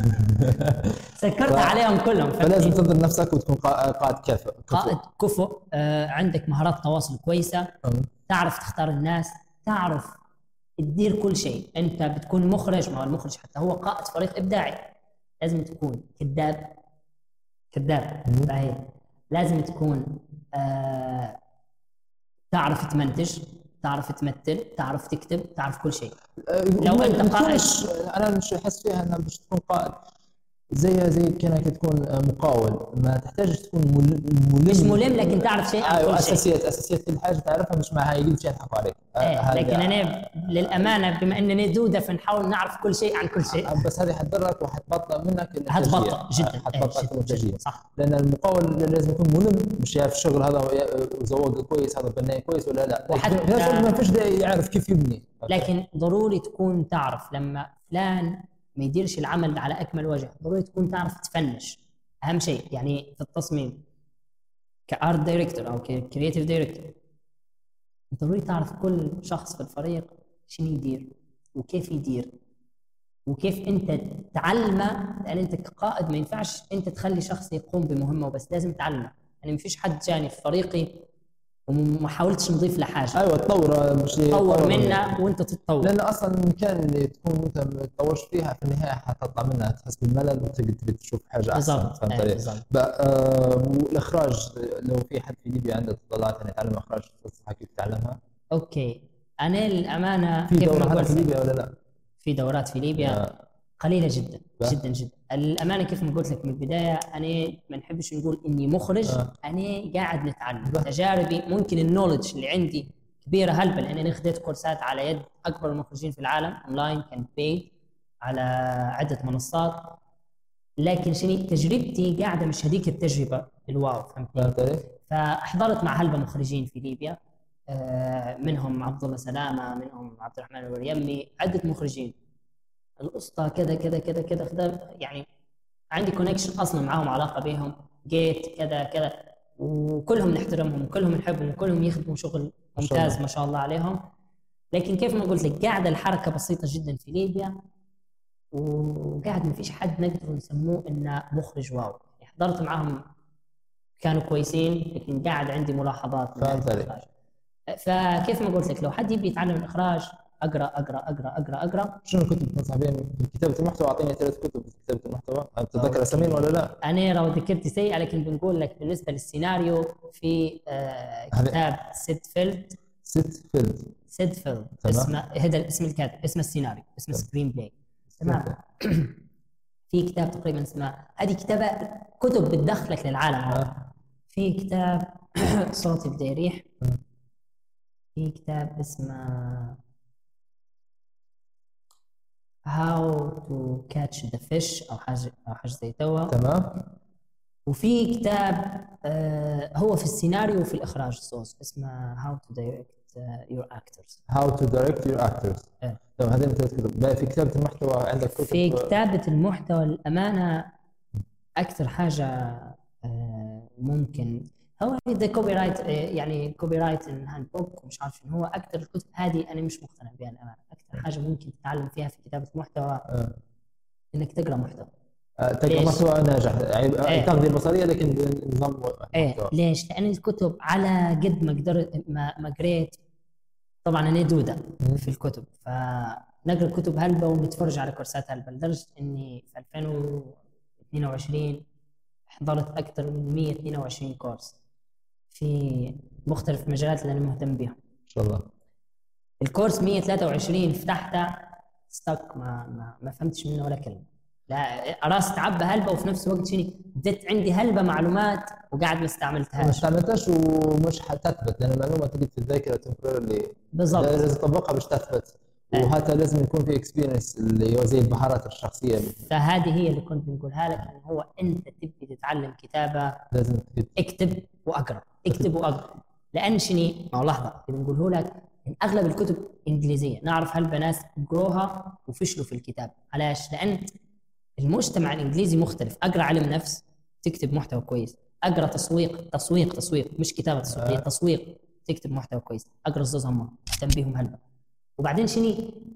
سكرت عليهم كلهم. فلازم تنظر نفسك وتكون قا- قائد كفء قائد كفؤ، آه عندك مهارات تواصل كويسه، تعرف تختار الناس، تعرف تدير كل شيء. انت بتكون مخرج، ما هو المخرج حتى هو قائد فريق ابداعي، لازم تكون كذاب كذاب فهي لازم تكون آه تعرف تمنتج، تعرف تمثل، تعرف تكتب، تعرف كل شيء. لو ما- انت ما قائد تكونش- انا مش احس فيها انها باش تكون قائد زي زي كانك تكون مقاول، ما تحتاجش تكون مل- ملم. مش ملم لكن تعرف شيء عن ايوه كل شيء. اساسيات اساسيات كل حاجه تعرفها، مش معها يقول شيء يضحكوا عليك. آه، ايه هذا- لكن انا للامانه بما انني دوده فنحاول نعرف كل شيء عن كل شيء. آه، بس هذه حتضرك وحتبطئ منك الانتاجيه. هتبطئ جدا. آه، حتبطئ إيه، في الانتاجيه جداً. صح. لان المقاول لازم يكون ملم، مش يعرف الشغل هذا زواق كويس، هذا بناي كويس ولا لا. وحتى- في شغل ما فيش داعي يعرف كيف يبني. لكن ضروري تكون تعرف لما فلان ما يديرش العمل على اكمل وجه، ضروري تكون تعرف تفنش. اهم شيء يعني في التصميم كارت دايركتور او كرييتيف دايركتور، ضروري تعرف كل شخص في الفريق شنو يدير وكيف يدير وكيف انت تعلمه. لان انت كقائد ما ينفعش انت تخلي شخص يقوم بمهمه وبس، لازم تعلمه. يعني ما فيش حد جاني في فريقي وما حاولتش نضيف له حاجه. ايوه تطور، مش تطور منه وانت تتطور. لان اصلا المكان اللي تكون انت ما تطورش فيها في النهايه حتطلع منها تحس بالملل وتقدر تبي تشوف حاجه احسن. بالضبط. فهمت إيه، علي؟ بالضبط. بقى، آه، والاخراج لو في حد في ليبيا عنده تطلعات انه يتعلم اخراج، تنصحه كيف يتعلمها؟ اوكي انا للامانه في كيف دوره ما هذا قلت في لك، ليبيا ولا لا؟ في دورات في ليبيا آه. قليله جدا لا. جدا جدا. الامانه كيف ما قلت لك من البدايه، انا ما نحبش نقول اني مخرج. آه. انا قاعد نتعلم لا. تجاربي، ممكن النولج اللي عندي كبيره هلبة، لان انا خديت كورسات على يد اكبر المخرجين في العالم اونلاين، كانت بيد على عده منصات. لكن شنو تجربتي قاعده مش هذيك التجربه الواو، فهمتني؟ فهمت علي؟ فاحضرت مع هلبة مخرجين في ليبيا، آه، منهم عبد الله سلامه، منهم عبد الرحمن الوريمي، عده مخرجين. القصه كذا كذا كذا كذا كذا، يعني عندي كونكشن اصلا معاهم، علاقه بهم، جيت كذا كذا، وكلهم نحترمهم وكلهم نحبهم وكلهم يخدموا شغل ممتاز ما شاء الله عليهم. لكن كيف ما قلت لك قاعده الحركه بسيطه جدا في ليبيا، وقاعد ما فيش حد نقدر نسموه انه مخرج واو. حضرت معاهم كانوا كويسين، لكن قاعد عندي ملاحظات. فهمت عليك. فكيف ما قلت لك لو حد يبي يتعلم الاخراج، اقرا اقرا اقرا اقرا اقرا. شنو الكتب تنصح بهم في كتابه المحتوى؟ اعطيني ثلاث كتب في كتابه المحتوى، تتذكر اساميهم ولا لا؟ انا لو ذكرتي سيئه، لكن بنقول لك بالنسبه للسيناريو في آه كتاب سيدفيلد. سيدفيلد سيدفيلد تمام. اسمه، هذا اسم الكاتب، اسم السيناريو، اسم سكرين بلاي. تمام. في كتاب تقريبا اسمه، هذه كتابه كتب بتدخلك للعالم هذا. في كتاب صوتي بدا يريح. في كتاب اسمه How to catch the fish او حاجه او حاجه زي توا. تمام. وفي كتاب آه هو في السيناريو وفي الاخراج الصوص، اسمه How to direct uh, your actors. How to direct your actors. إيه. تمام، هذين ثلاث كتب. بقى في كتابه المحتوى عندك كتب؟ في كتابه المحتوى الامانه اكثر حاجه آه ممكن هو ذا كوبي رايت، يعني كوبي رايت هاند بوك ومش عارف شنو هو. اكثر الكتب هذه انا مش مقتنع بها الامانه. اكثر حاجه ممكن تتعلم فيها في كتابه محتوى آه. انك تقرا محتوى. آه، تلقى ليش؟ محتوى ناجح، يعني إيه. التغذيه البصريه لكن بنظام ايه محتوى. ليش؟ لان الكتب على قد ما قدرت ما, ما قريت. طبعا انا دوده في الكتب، فنقرا كتب هلبة ونتفرج على كورسات هلبة، لدرجه اني في ألفين واثنين وعشرين حضرت اكثر من مئة واثنين وعشرين كورس في مختلف المجالات اللي انا مهتم بها. ان شاء الله. الكورس مئة وثلاثة وعشرين فتحته ستك، ما ما, ما فهمتش منه ولا كلمه. لا راس تعبى هلبة، وفي نفس الوقت شنو بدت عندي هلبة معلومات وقاعد ما ما استعملتهاش. استعملتهاش ومش حتثبت، لان المعلومه تجد في الذاكره تمبرلي. بالضبط. لازم تطبقها باش تثبت. إيه. وهذا لازم يكون في اكسبيرينس اللي هو زي المهارات الشخصيه. فهذه هي اللي كنت بنقولها لك، انه هو انت تبي تتعلم كتابه، لازم تكتب. اكتب واقرا، اكتب واقرا. لان شني ما هو لحظه اللي بنقوله لك ان اغلب الكتب انجليزيه، نعرف هلبة ناس قروها وفشلوا في الكتاب. علاش؟ لان المجتمع الانجليزي مختلف. اقرا علم نفس تكتب محتوى كويس، اقرا تسويق تسويق تسويق مش كتابه تسويق، هي تسويق تكتب محتوى كويس. اقرا الزوز هم اهتم بهم هلبة. وبعدين شني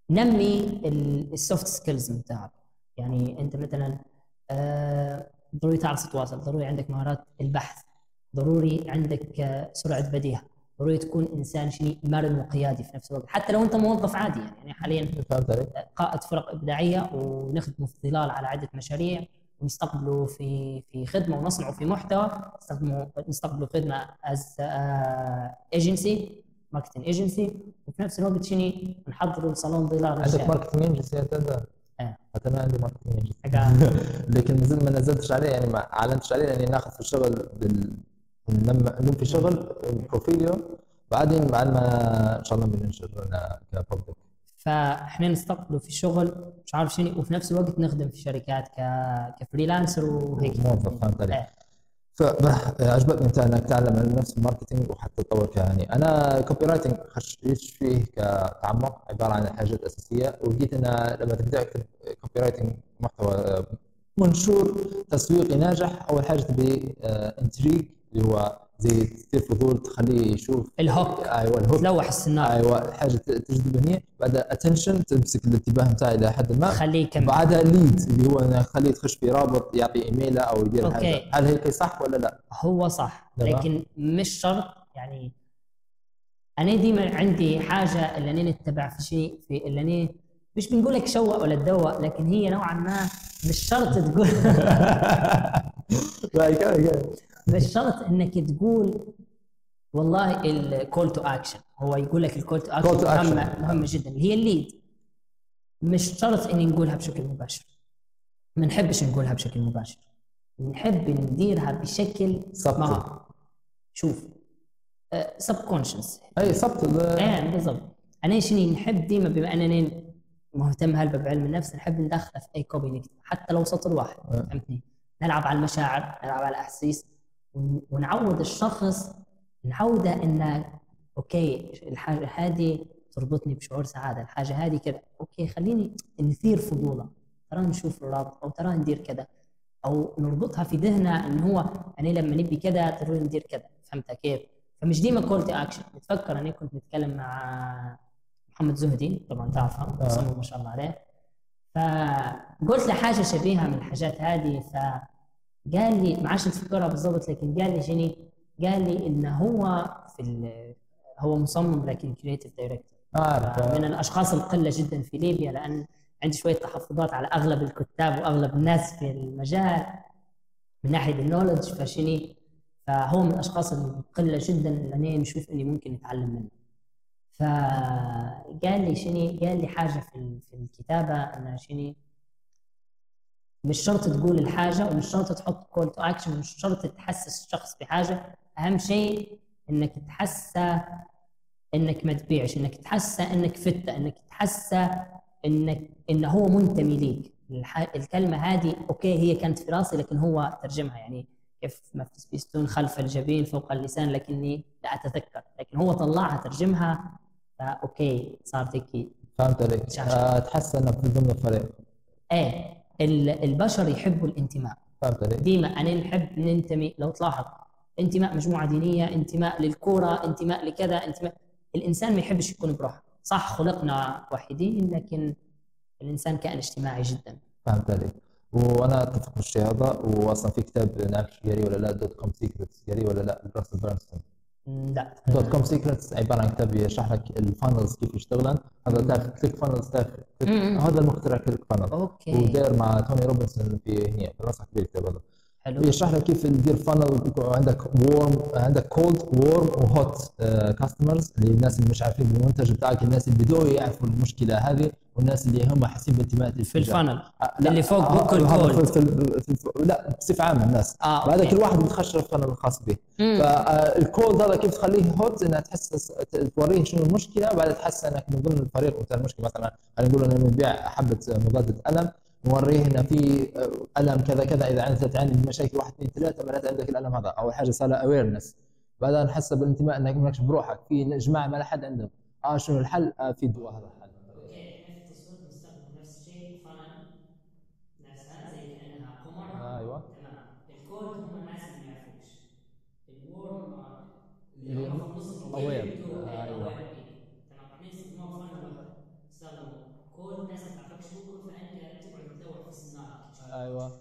نمي السوفت سكيلز بتاعك. يعني انت مثلا آه، ضروري تعرف تتواصل، ضروري عندك مهارات البحث، ضروري عندك آه، سرعه بديهه، ضروري تكون انسان شنو مرن وقيادي في نفس الوقت، حتى لو انت موظف عادي. يعني يعني حاليا فهمت عليك؟ قائد فرق ابداعيه ونخدموا في ظلال على عده مشاريع، ونستقبلوا في في خدمه ونصنعوا في محتوى، نستخدموا نستقبلوا خدمه از ايجنسي، ماركتنج ايجنسي، وفي نفس الوقت شنو نحضروا صالون ظلال عندك الشارع. ماركتنج انجلسي هذا؟ اه حتى انا عندي ماركتنج انجلسي حاجة- لكن ما زلت ما نزلتش عليه، يعني ما اعلنتش عليه، لاني ناخذ في الشغل بال لما نلم في شغل بروفيليو، بعدين بعد ما ان شاء الله بننشر انا كببليك. فاحنا نستقبلوا في الشغل مش عارف شنو، وفي نفس الوقت نخدم في شركات ك كفريلانسر وهيك. موظف، فهمت عليك؟ آه. فعجبتني انت انك تعلم عن نفس الماركتينج وحتى تطور فيها. يعني انا كوبي رايتنج خشيت فيه كتعمق، عباره عن الحاجات الاساسيه، ولقيت ان لما تبدا تكتب كوبي رايتنج محتوى منشور تسويقي ناجح، اول حاجه تبي انتريج اللي هو زي تثير فضول، تخليه يشوف الهوك، ايوه الهوك، تلوح السيناريو، ايوه حاجه تجذبه هنا، بعدها اتنشن تمسك الانتباه نتاعي الى حد ما، خليه يكمل. بعدها ليد اللي هو انه يخليه يخش في رابط، يعطي ايميله او يدير أوكي. حاجه. هل هيك صح ولا لا؟ هو صح، تمام. لكن مش شرط. يعني انا ديما عندي حاجه اللي انا نتبع في شيء، في اللي انا مش بنقول لك شوق ولا تدوق، لكن هي نوعا ما مش شرط تقول مش شرط انك تقول والله الكول تو اكشن. هو يقول لك الكول تو Call to اكشن action. مهمه مهمه جدا، اللي هي الليد. مش شرط اني نقولها بشكل مباشر، ما نحبش نقولها بشكل مباشر، نحب نديرها بشكل سبتل. ما شوف سب كونشنس. اي سبتل. ايه بالضبط. انا شنو نحب ديما، بما انني مهتم هلبة بعلم النفس، نحب ندخله في اي كوبي نكتب حتى لو سطر واحد. فهمتني؟ نلعب على المشاعر، نلعب على الاحاسيس، ون- ونعود الشخص، نعوده انه اوكي الحاجه هذه تربطني بشعور سعاده، الحاجه هذه كذا، اوكي خليني نثير فضوله، ترى نشوف الرابط، او ترى ندير كذا، او نربطها في ذهنه ان هو انا لما نبي كذا ضروري ندير كذا. فهمت كيف؟ فمش ديما كول تو اكشن. نتفكر انا كنت نتكلم مع محمد زهدي، طبعا تعرفه، مصمم ما شاء الله عليه، فقلت له حاجه شبيهه من الحاجات هذه، فقال لي ما عادش نتفكرها بالضبط، لكن قال لي شنو؟ قال لي انه هو في ال- هو مصمم لكن كريتيف دايركتور، عارف. من الاشخاص القله جدا في ليبيا، لان عندي شويه تحفظات على اغلب الكتاب واغلب الناس في المجال من ناحيه النولج، فشني فهو من الاشخاص القله جدا اللي انا نشوف اني ممكن نتعلم منه. فقال لي شني؟ قال لي حاجه في ال- في الكتابه انها شني، مش شرط تقول الحاجه، ومش شرط تحط كول تو اكشن، ومش شرط تحسس الشخص بحاجه، اهم شيء انك تحسه انك ما تبيعش، انك تحسه انك فته، انك تحسه انك انه هو منتمي ليك. الح... الكلمه هذه اوكي هي كانت في راسي، لكن هو ترجمها يعني كيف ما في سبيستون خلف الجبين فوق اللسان لكني لا اتذكر، لكن هو طلعها ترجمها، فاوكي صارت هيك. فهمت عليك. شاشة. آه، تحس انك في ضمن الفريق. ايه ال- البشر يحبوا الانتماء. فهمت عليك. ديما انا نحب ننتمي. لو تلاحظ انتماء مجموعه دينيه، انتماء للكوره، انتماء لكذا، انتماء. الانسان ما يحبش يكون بروحه. صح خلقنا وحيدين، لكن الانسان كائن اجتماعي جدا. فهمت عليك. وانا اتفق بالشيء هذا، واصلا في كتاب نعرفش قاري ولا لا، دوت كوم سيكريتس، قاري ولا لا؟ راسل برانستون. م، لا دوت كوم سيكريتس عباره عن كتاب يشرح لك الفانلز كيف يشتغلن. هذا تعرف كليك فانلز، تعرف click- مم. هذا المخترع كليك فانل، اوكي وداير مع توني روبنسون في هنا في راسك كبير الكتاب هذا. حلو. يشرح لك كيف تدير فانل، عندك وورم، عندك كولد وورم وهوت كاستمرز، اللي الناس اللي مش عارفين بالمنتج بتاعك، الناس اللي بدوا يعرفوا المشكله هذه، والناس اللي هم حاسين بانتماء في الفانل آه، اللي فوق بوك الكولد. في ال- في ال- لا بصفه عامه الناس. اه بعد أوكي. كل واحد بيتخشى الفانل الخاص به. مم. فالكولد هذا كيف تخليه هوت، انها تحس توريه شنو المشكله، بعد تحس انك من ضمن الفريق بتاع المشكله. مثلا خلينا نقول انه نبيع حبه مضاده الم، نوريه انه في الم كذا كذا، اذا انت تعاني من مشاكل واحد اثنين ثلاثه معناته عندك الالم هذا. اول حاجه صار اويرنس، بعدها نحس بالانتماء انك مالكش بروحك، في جماعه ما حد عندهم. اه شنو الحل؟ آه في دواء، هذا الحل. اوكي احنا في التصوير بنستخدم نفس الشيء، فانل نفسها زي كانها قمر. آه ايوه. تمام. الكولد هم الناس اللي ما يعرفوش، الورم ار اللي اللي هم في النص aware. aware. آه، أيوة. aware people. تمام. احنا نستخدموها بفانل واحده، نستخدموا كل الناس ما تعرفكش ممكن، فانت تقعد تدور في سيناريو. ايوه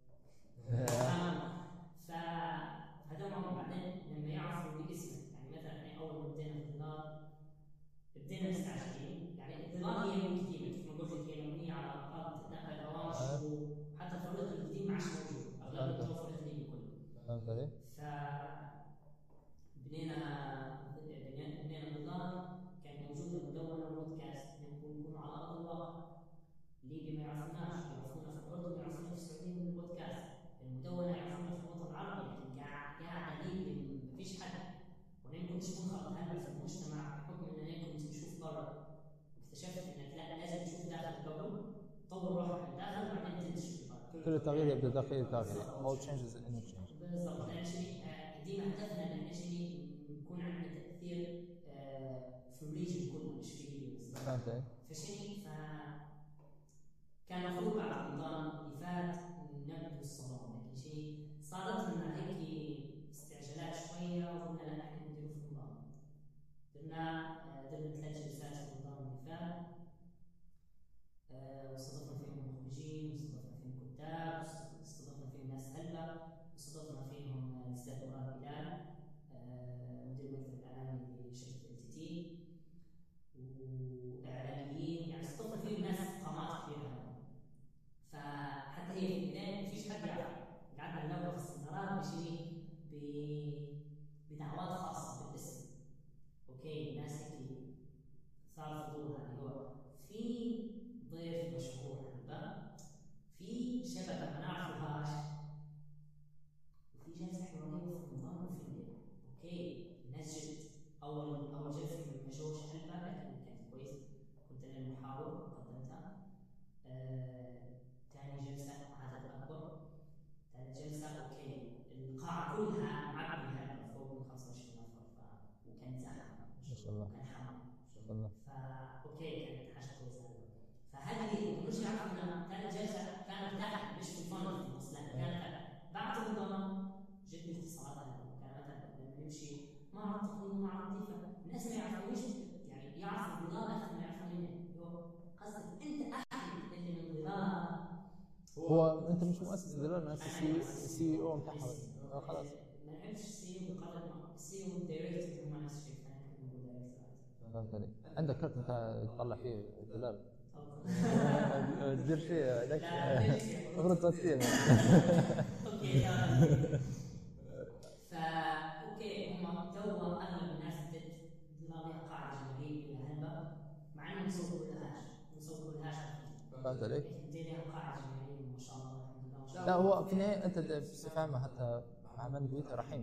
فهذا ما بعدين لما يعرفوا باسمك، يعني مثلا احنا اول ما بدينا في الظلال بدينا مستعجلين، يعني الظلال هي قديمه كيف ما قلت لك، هي مبنيه على ارض تتنقل هواش، وحتى الفريق القديم ما عادش موجود، اغلب التوفر القديم كله. فهمت علي؟ ف بنينا بنينا بنينا الظلال، كانت موجوده مدونه بودكاست نكون على ارض الواقع. ليبيا ما يعرفوناش، يعرفونا في الاردن، يعرفونا في السعوديه من البودكاست. المدونه يعرفونا في الوطن العربي، لكن قاعد قاعد ليبيا ما فيش حد. وانا كنت منخرط هلا في المجتمع بحكم ان انا كنت بشوف برا، اكتشفت انك لا لازم تشوف داخل قبل، طور روحك داخل بعدين تنتشر برا. كل تغيير يبدا داخلي داخلي. all changes in a change. بالضبط. لان شيء ديما هدفنا ان احنا شيء يكون عندنا تاثير في الريجن كله مش في ليبيا بس. فهمت. فشيء ف كان المفروض بعد رمضان اللي فات نبدو الصالون، لكن شيء صارت لنا هيك استعجالات شويه وقلنا لا احنا نديروا في رمضان. درنا درنا ثلاث جلسات في رمضان اللي فات، واستضفنا فيهم مخرجين، واستضفنا فيهم كتاب، واستضفنا فيهم ناس هلبة، واستضفنا فيهم الاستاذ مراد بلال مدير المكتب الاعلامي لشركه ال تي تي، واعلاميين، يعني استضفنا فيهم ناس قامات كبيره. فحتى هي في البدايه ما فيش حد يعرف، قعدنا ندور في السنترات بشيء بدعوات خاصه بالاسم. اوكي الناس هيك صار فضولها، اللي هو في ضيف مشهور هلبا، في شبكه ما نعرفوهاش، وفي جلسه حواريه في رمضان وفي الليل. اوكي الناس جد اول اول جلسه ما جوش هلبا، لكن كانت كويس، كنت انا المحاور قدمتها. ثاني آه، جلسة عدد أكبر، ثالث جلسة أوكي القاعة كلها معبية هلبا فوق من خمسة وعشرين نفر، ف... وكان زحمة ما شاء الله، وكان حمام ما شاء الله. فا أوكي كانت حاجة كويسة. فهذه مش عرفنا ثالث جلسة كانت تحت مش في الفندق أصلا، كانت بعد رمضان جد اتصالات هلبا. كان مثلا لما نمشي مع التقنية مع الضيفة الناس ما يعرفونيش، يعني يعرفوا البضاعة أكثر ما يعرفوني. قصدك أنت أحد اللي من ضلال، هو انت مش مؤسس ضلال، مؤسس سي او بتاعها خلاص. ما نعرفش السي او بقدر ما السي او دايركتور هم نفس الشيء، فانا كنت بقول دايركتور. فهمت علي؟ عندك كرت انت تطلع فيه ضلال؟ تدير شيء هذاك المفروض تصير. اوكي تمام. فا اوكي هم تو اغلب الناس بدت ضلالها قاعده جماهيريه هلبا، مع انه نصور لهاش نصور لهاش. فهمت عليك؟ قاعده جماهيريه ما شاء الله الحمد لله. لا هو في النهايه انت بصفه عامه حتى مع من قلت رحيم،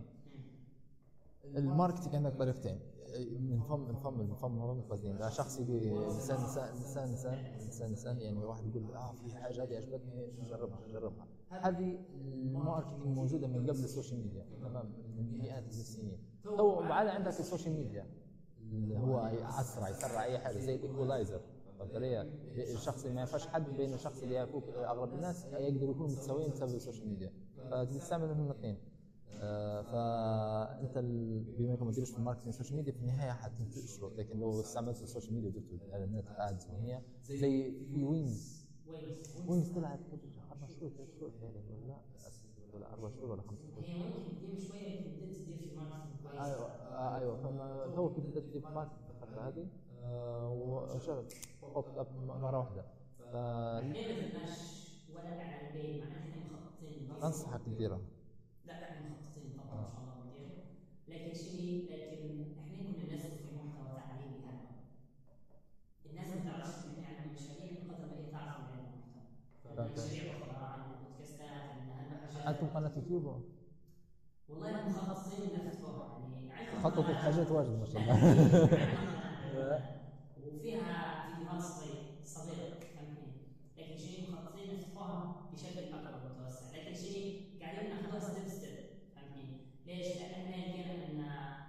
الماركتينج عندك طريقتين، من فم من فم من فم من فم ده شخصي بإنسان إنسان إنسان إنسان إنسان إنسان يعني واحد يقول آه في حاجة هذه عجبتني نجربها نجربها. هذه الماركتينج موجودة من قبل السوشيال ميديا، تمام، من مئات السنين. تو بعد عندك السوشيال ميديا اللي هو أسرع يسرع أي حاجة زي الإيكولايزر. الشخص ما ينفعش حد بين الشخص اللي يفوق أغلب الناس يقدروا يكونوا متساويين بسبب السوشيال ميديا، فتستعمل منهم الاثنين. آه فانت بما انك ما تديرش في الماركتنج السوشيال ميديا في النهايه حتنتشره، لكن لو استعملت السوشيال ميديا ودرت اعلانات ادز هي زي في وينز وينز طلعت قبل اربع شهور ثلاث شهور ولا ولا اربع شهور ولا خمس شهور. هي ممكن تدير شويه لكن بدات تدير في الماركتنج كويس. ايوه آه ايوه فما تو بدات تدير في الماركتنج الفتره هذه آه وشغل بوب اب مره واحده. ف ليه ما درناش ولا اعلان مع ان احنا مخططين؟ انصحك تديرها. لا احنا مخططين طبعا ان شاء الله نديره، لكن شيء لكن احنا كنا نسلك في محتوى تعليمي هذا. الناس ما تعرفش ان احنا عندنا مشاريع بقدر ما هي تعرف ان عندنا محتوى. عندنا مشاريع اخرى، عندنا بودكاستات، عندنا حاجات. انتم قناه يوتيوب؟ والله مخططين نفتحوها يعني خططوا حاجات واجد ما شاء الله. وفيها فيديوهات صغيره صغيره فهمتني، لكن شيء مخططين نفتحوها بشكل اكبر متوسع، لكن شيء قاعدين ناخذها ستيب ستيب فهمتني. ليش؟ لان احنا لقينا ان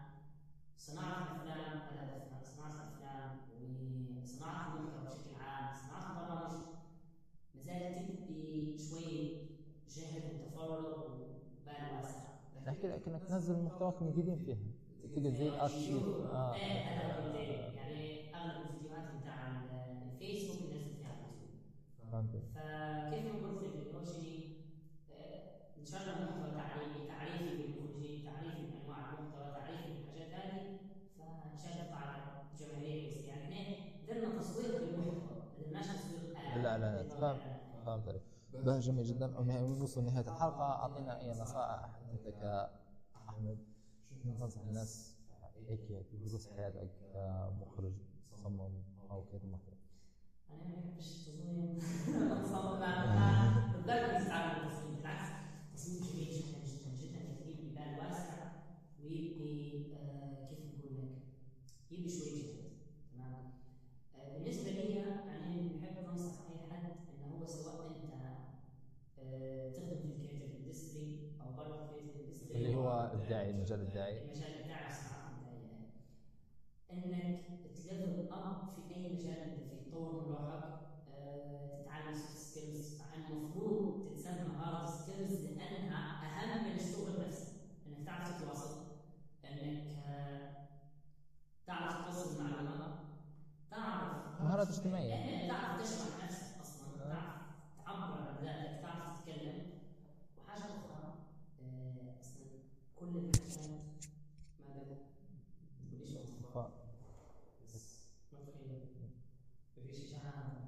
صناعه الافلام هدفنا صناعه الافلام وصناعه المحتوى بشكل عام، صناعه البرامج ما زالت تبدي شوي جهد وتفرغ وبال واسع. نحكي لك انك تنزل محتواك من جديد فيها تقدر زي الارشيف. اه ايه هذا يعني اغلب الفيديوهات بتاع الفيسبوك الناس فهمت. فكيف ما قلت لك اللي هو شيء آه، ان شاء الله محتوى تعليمي تعريفي بالمخرجين، تعريفي بانواع المحتوى، تعريفي بالحاجات هذه، فان شاء الله تطلع جماهيريه كويسه. يعني احنا درنا تسويق بالمحتوى، ما درناش تسويق اعلان بالاعلانات. فهمت فهمت عليك. بقى جميل جدا. ونوصل لنهايه الحلقه، اعطينا اي نصائح انت كاحمد، شو تنصح الناس هيك في دروس حياتك كمخرج مصمم او كاتب محتوى؟ انا ما بحبش التصميم التصميم ما بقدر استعمل التصميم، بالعكس التصميم جميل جدا جدا جدا، يبي بال واسع ويبي آه كيف نقول لك، يبي شوي جهد. تمام. آه بالنسبه لي انا بحب انصح اي حد انه هو سواء انت آه تخدم في الكريتيف اندستري او برا الكريتيف اندستري اللي هو الداعي، المجال الداعي، المجال الداعي والصناعات الداعيه، انك تليفل اب في اي مجال انت فيه، تطور من روحك، أه، تتعلم سوفت سكيلز. المفروض تتسمى هارد سكيلز لانها اهم من الشغل نفسه، انك تعرف تتواصل، انك أه، تعرف توصل معلومه، تعرف مهارات اجتماعيه، إيه، تعرف تشرح نفسك اصلا، تعرف تعبر عن ذاتك، تعرف تتكلم. وحاجه اخرى أه، اصلا كل الحاجات ما بدها تقوليش ف- متخيل ما فيش شجاعة.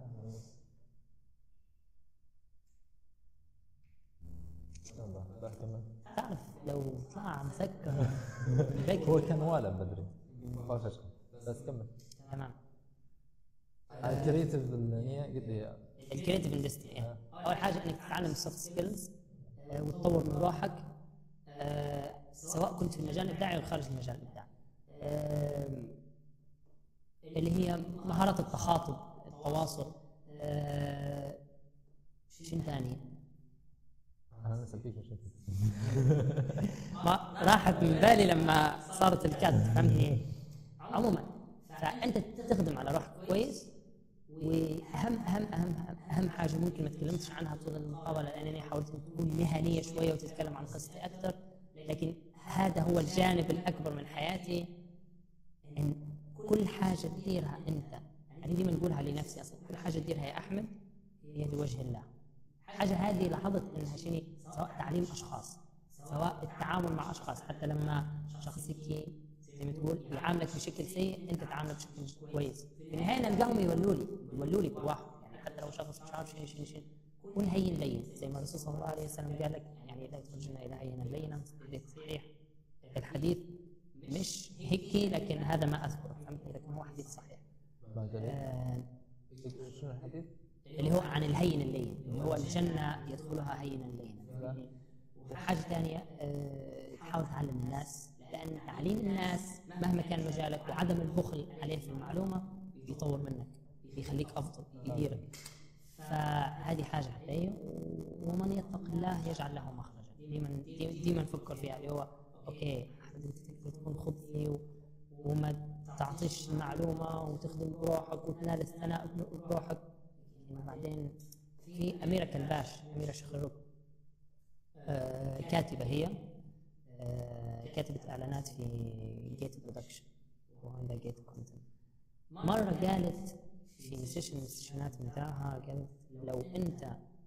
تعرف لو طلع مسكر هو كان والد بدري ما فيش. بس كمل. تمام. الكريتيف النية قلت لي الكريتيف اندستري، اول حاجه انك تتعلم السوفت سكيلز وتطور من روحك، آه، سواء كنت في المجال الابداعي او خارج المجال الابداعي، آه، اللي هي مهارات التخاطب، التواصل، آه، شنو ثاني؟ انا نسيت مش انت. ما راحت من بالي لما صارت الكات، فهمتني؟ عموما فانت تخدم على روحك كويس. واهم اهم اهم اهم حاجه ممكن ما تكلمتش عنها طول المقابله، لانني حاولت تكون مهنيه شويه وتتكلم عن قصتي اكثر، لكن هذا هو الجانب الاكبر من حياتي، ان كل حاجه تديرها انت، يعني ديما نقولها لنفسي اصلا، كل حاجه تديرها يا احمد هي لوجه الله. حاجه هذه لاحظت انها شنو، سواء تعليم اشخاص، سواء التعامل مع اشخاص، حتى لما شخص يجي زي ما تقول يعاملك بشكل سيء انت تعامله بشكل كويس، في النهايه نلقاهم يولوا لي يولوا لي بالواحد، يعني حتى لو شخص مش عارف شيء شيء شيء كن هين لين، زي ما الرسول صلى الله عليه وسلم قال لك يعني لا يدخل الجنه الا هينا لينا. حديث صحيح، الحديث مش هيك لكن هذا ما اذكره، فهمتني؟ لكن هو حديث صحيح. آه شنو الحديث؟ اللي هو عن الهين اللين، اللي هو الجنه يدخلها هينا لينا. وحاجه ثانيه آه، تحاول تعلم الناس، لان تعليم الناس مهما كان مجالك وعدم البخل عليه في المعلومه يطور منك، يخليك افضل، يديرك. فهذه حاجه علي. ومن يتق الله يجعل له مخرجا، ديما ديما نفكر فيها، اللي هو اوكي انت تقدر تكون خبثي وما تعطيش المعلومه وتخدم بروحك وتنال الثناء بروحك. وبعدين في أميرة كلباش، أميرة شخروق، آه كاتبة هي، آه كاتبة إعلانات في جيت برودكشن وعندها جيت كونتنت. مرة قالت في سيشن من السيشنات بتاعها، قالت لو أنت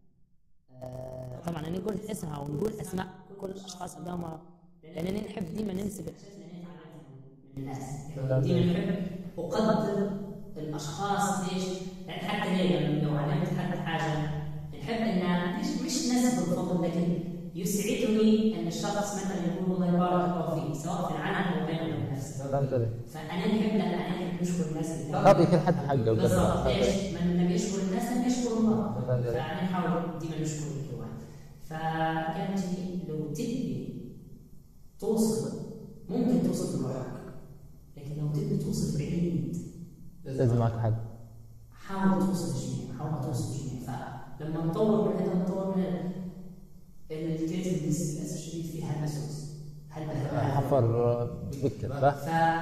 آه طبعا أنا قلت اسمها ونقول أسماء كل الأشخاص قدامها، لأننا نحب ديما ننسب الناس، ديما نحب أقدر الاشخاص. ليش؟ يعني حتى ليه لو علمت حد حاجه نحب ان مش مش نسب الفضل، لكن يسعدني ان الشخص مثلا يقول الله يبارك الله فيك، سواء في العالم او بينه وبين نفسه. فهمت عليك. فانا نحب لا انا نحب نشكر الناس اللي اعطي كل حد حقه. بالضبط. ليش؟ من لم يشكر الناس لم يشكر الله. فانا نحاول ديما نشكر كل واحد. فكانت لو تبي توصل ممكن توصل بروحك، لكن لو تبي توصل بعيد لازم معك حد. حاول توصل الجميع، حاول توصل الجميع. فلما نطور من هذا نطور من هذا، الكريتيف للاسف الشديد فيها مسوس حفر بكر.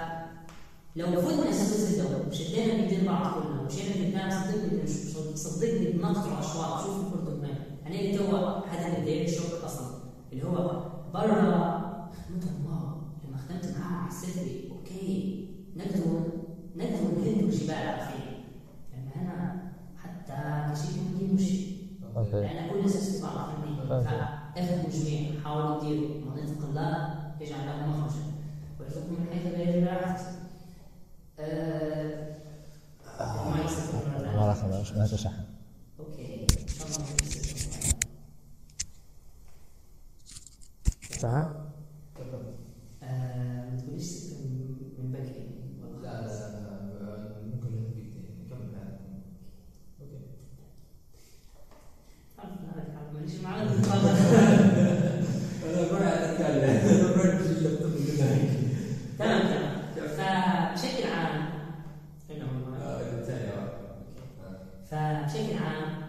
فلو فتنا سوس الدولة وشدينا بيدين بعض كلنا ومشينا قدام، صدقني صدقني بنقطع اشواط. شوف الكتب وين انا اللي تو هذا اللي بدايه الشوك اصلا، اللي هو برا خدمتهم. واو لما خدمت معاهم حسيت لي اوكي نقدر نقدر نهد الجبال اخيرا. لما انا حتى كشيء ممكن مش لان كل الناس استطاعه فنيه، فاخذوا جميع حاولوا يديروا مناطق الله يجعل لهم مخرجا ويرزقهم من حيث لا يحتسب. ما يصير ما راح ما ما تشحن. اوكي ان شاء الله. صح؟ ما تقوليش من بكري. لا لا ممكن نكمل هذا. اوكي. ماليش معاه. انا ما اتكلم. تمام تمام. فبشكل عام فبشكل عام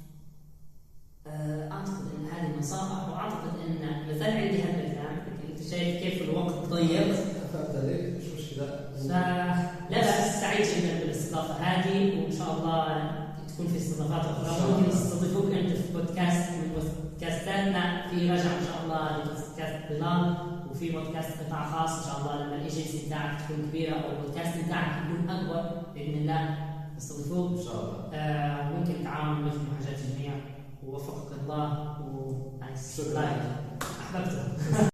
اعتقد ان هذه النصائح، واعتقد ان مثال عندي هذا الكلام، انت شايف كيف الوقت ضيق. فهمت عليك؟ مش مشكله. فلا بأس، سعيد جدا بالاستضافه هذه، وان شاء الله تكون في استضافات اخرى. ممكن نستضيفوك انت في بودكاست من بودكاستاتنا، في رجع ان شاء الله لبودكاست ظلال، وفي بودكاست قطاع خاص ان شاء الله لما الايجنسي بتاعك تكون كبيره او البودكاست بتاعك يكون اكبر باذن الله نستضيفوك ان شاء الله. آه ممكن التعاون مثل حاجات الجميع، ووفقك الله ونايس لايك احببته.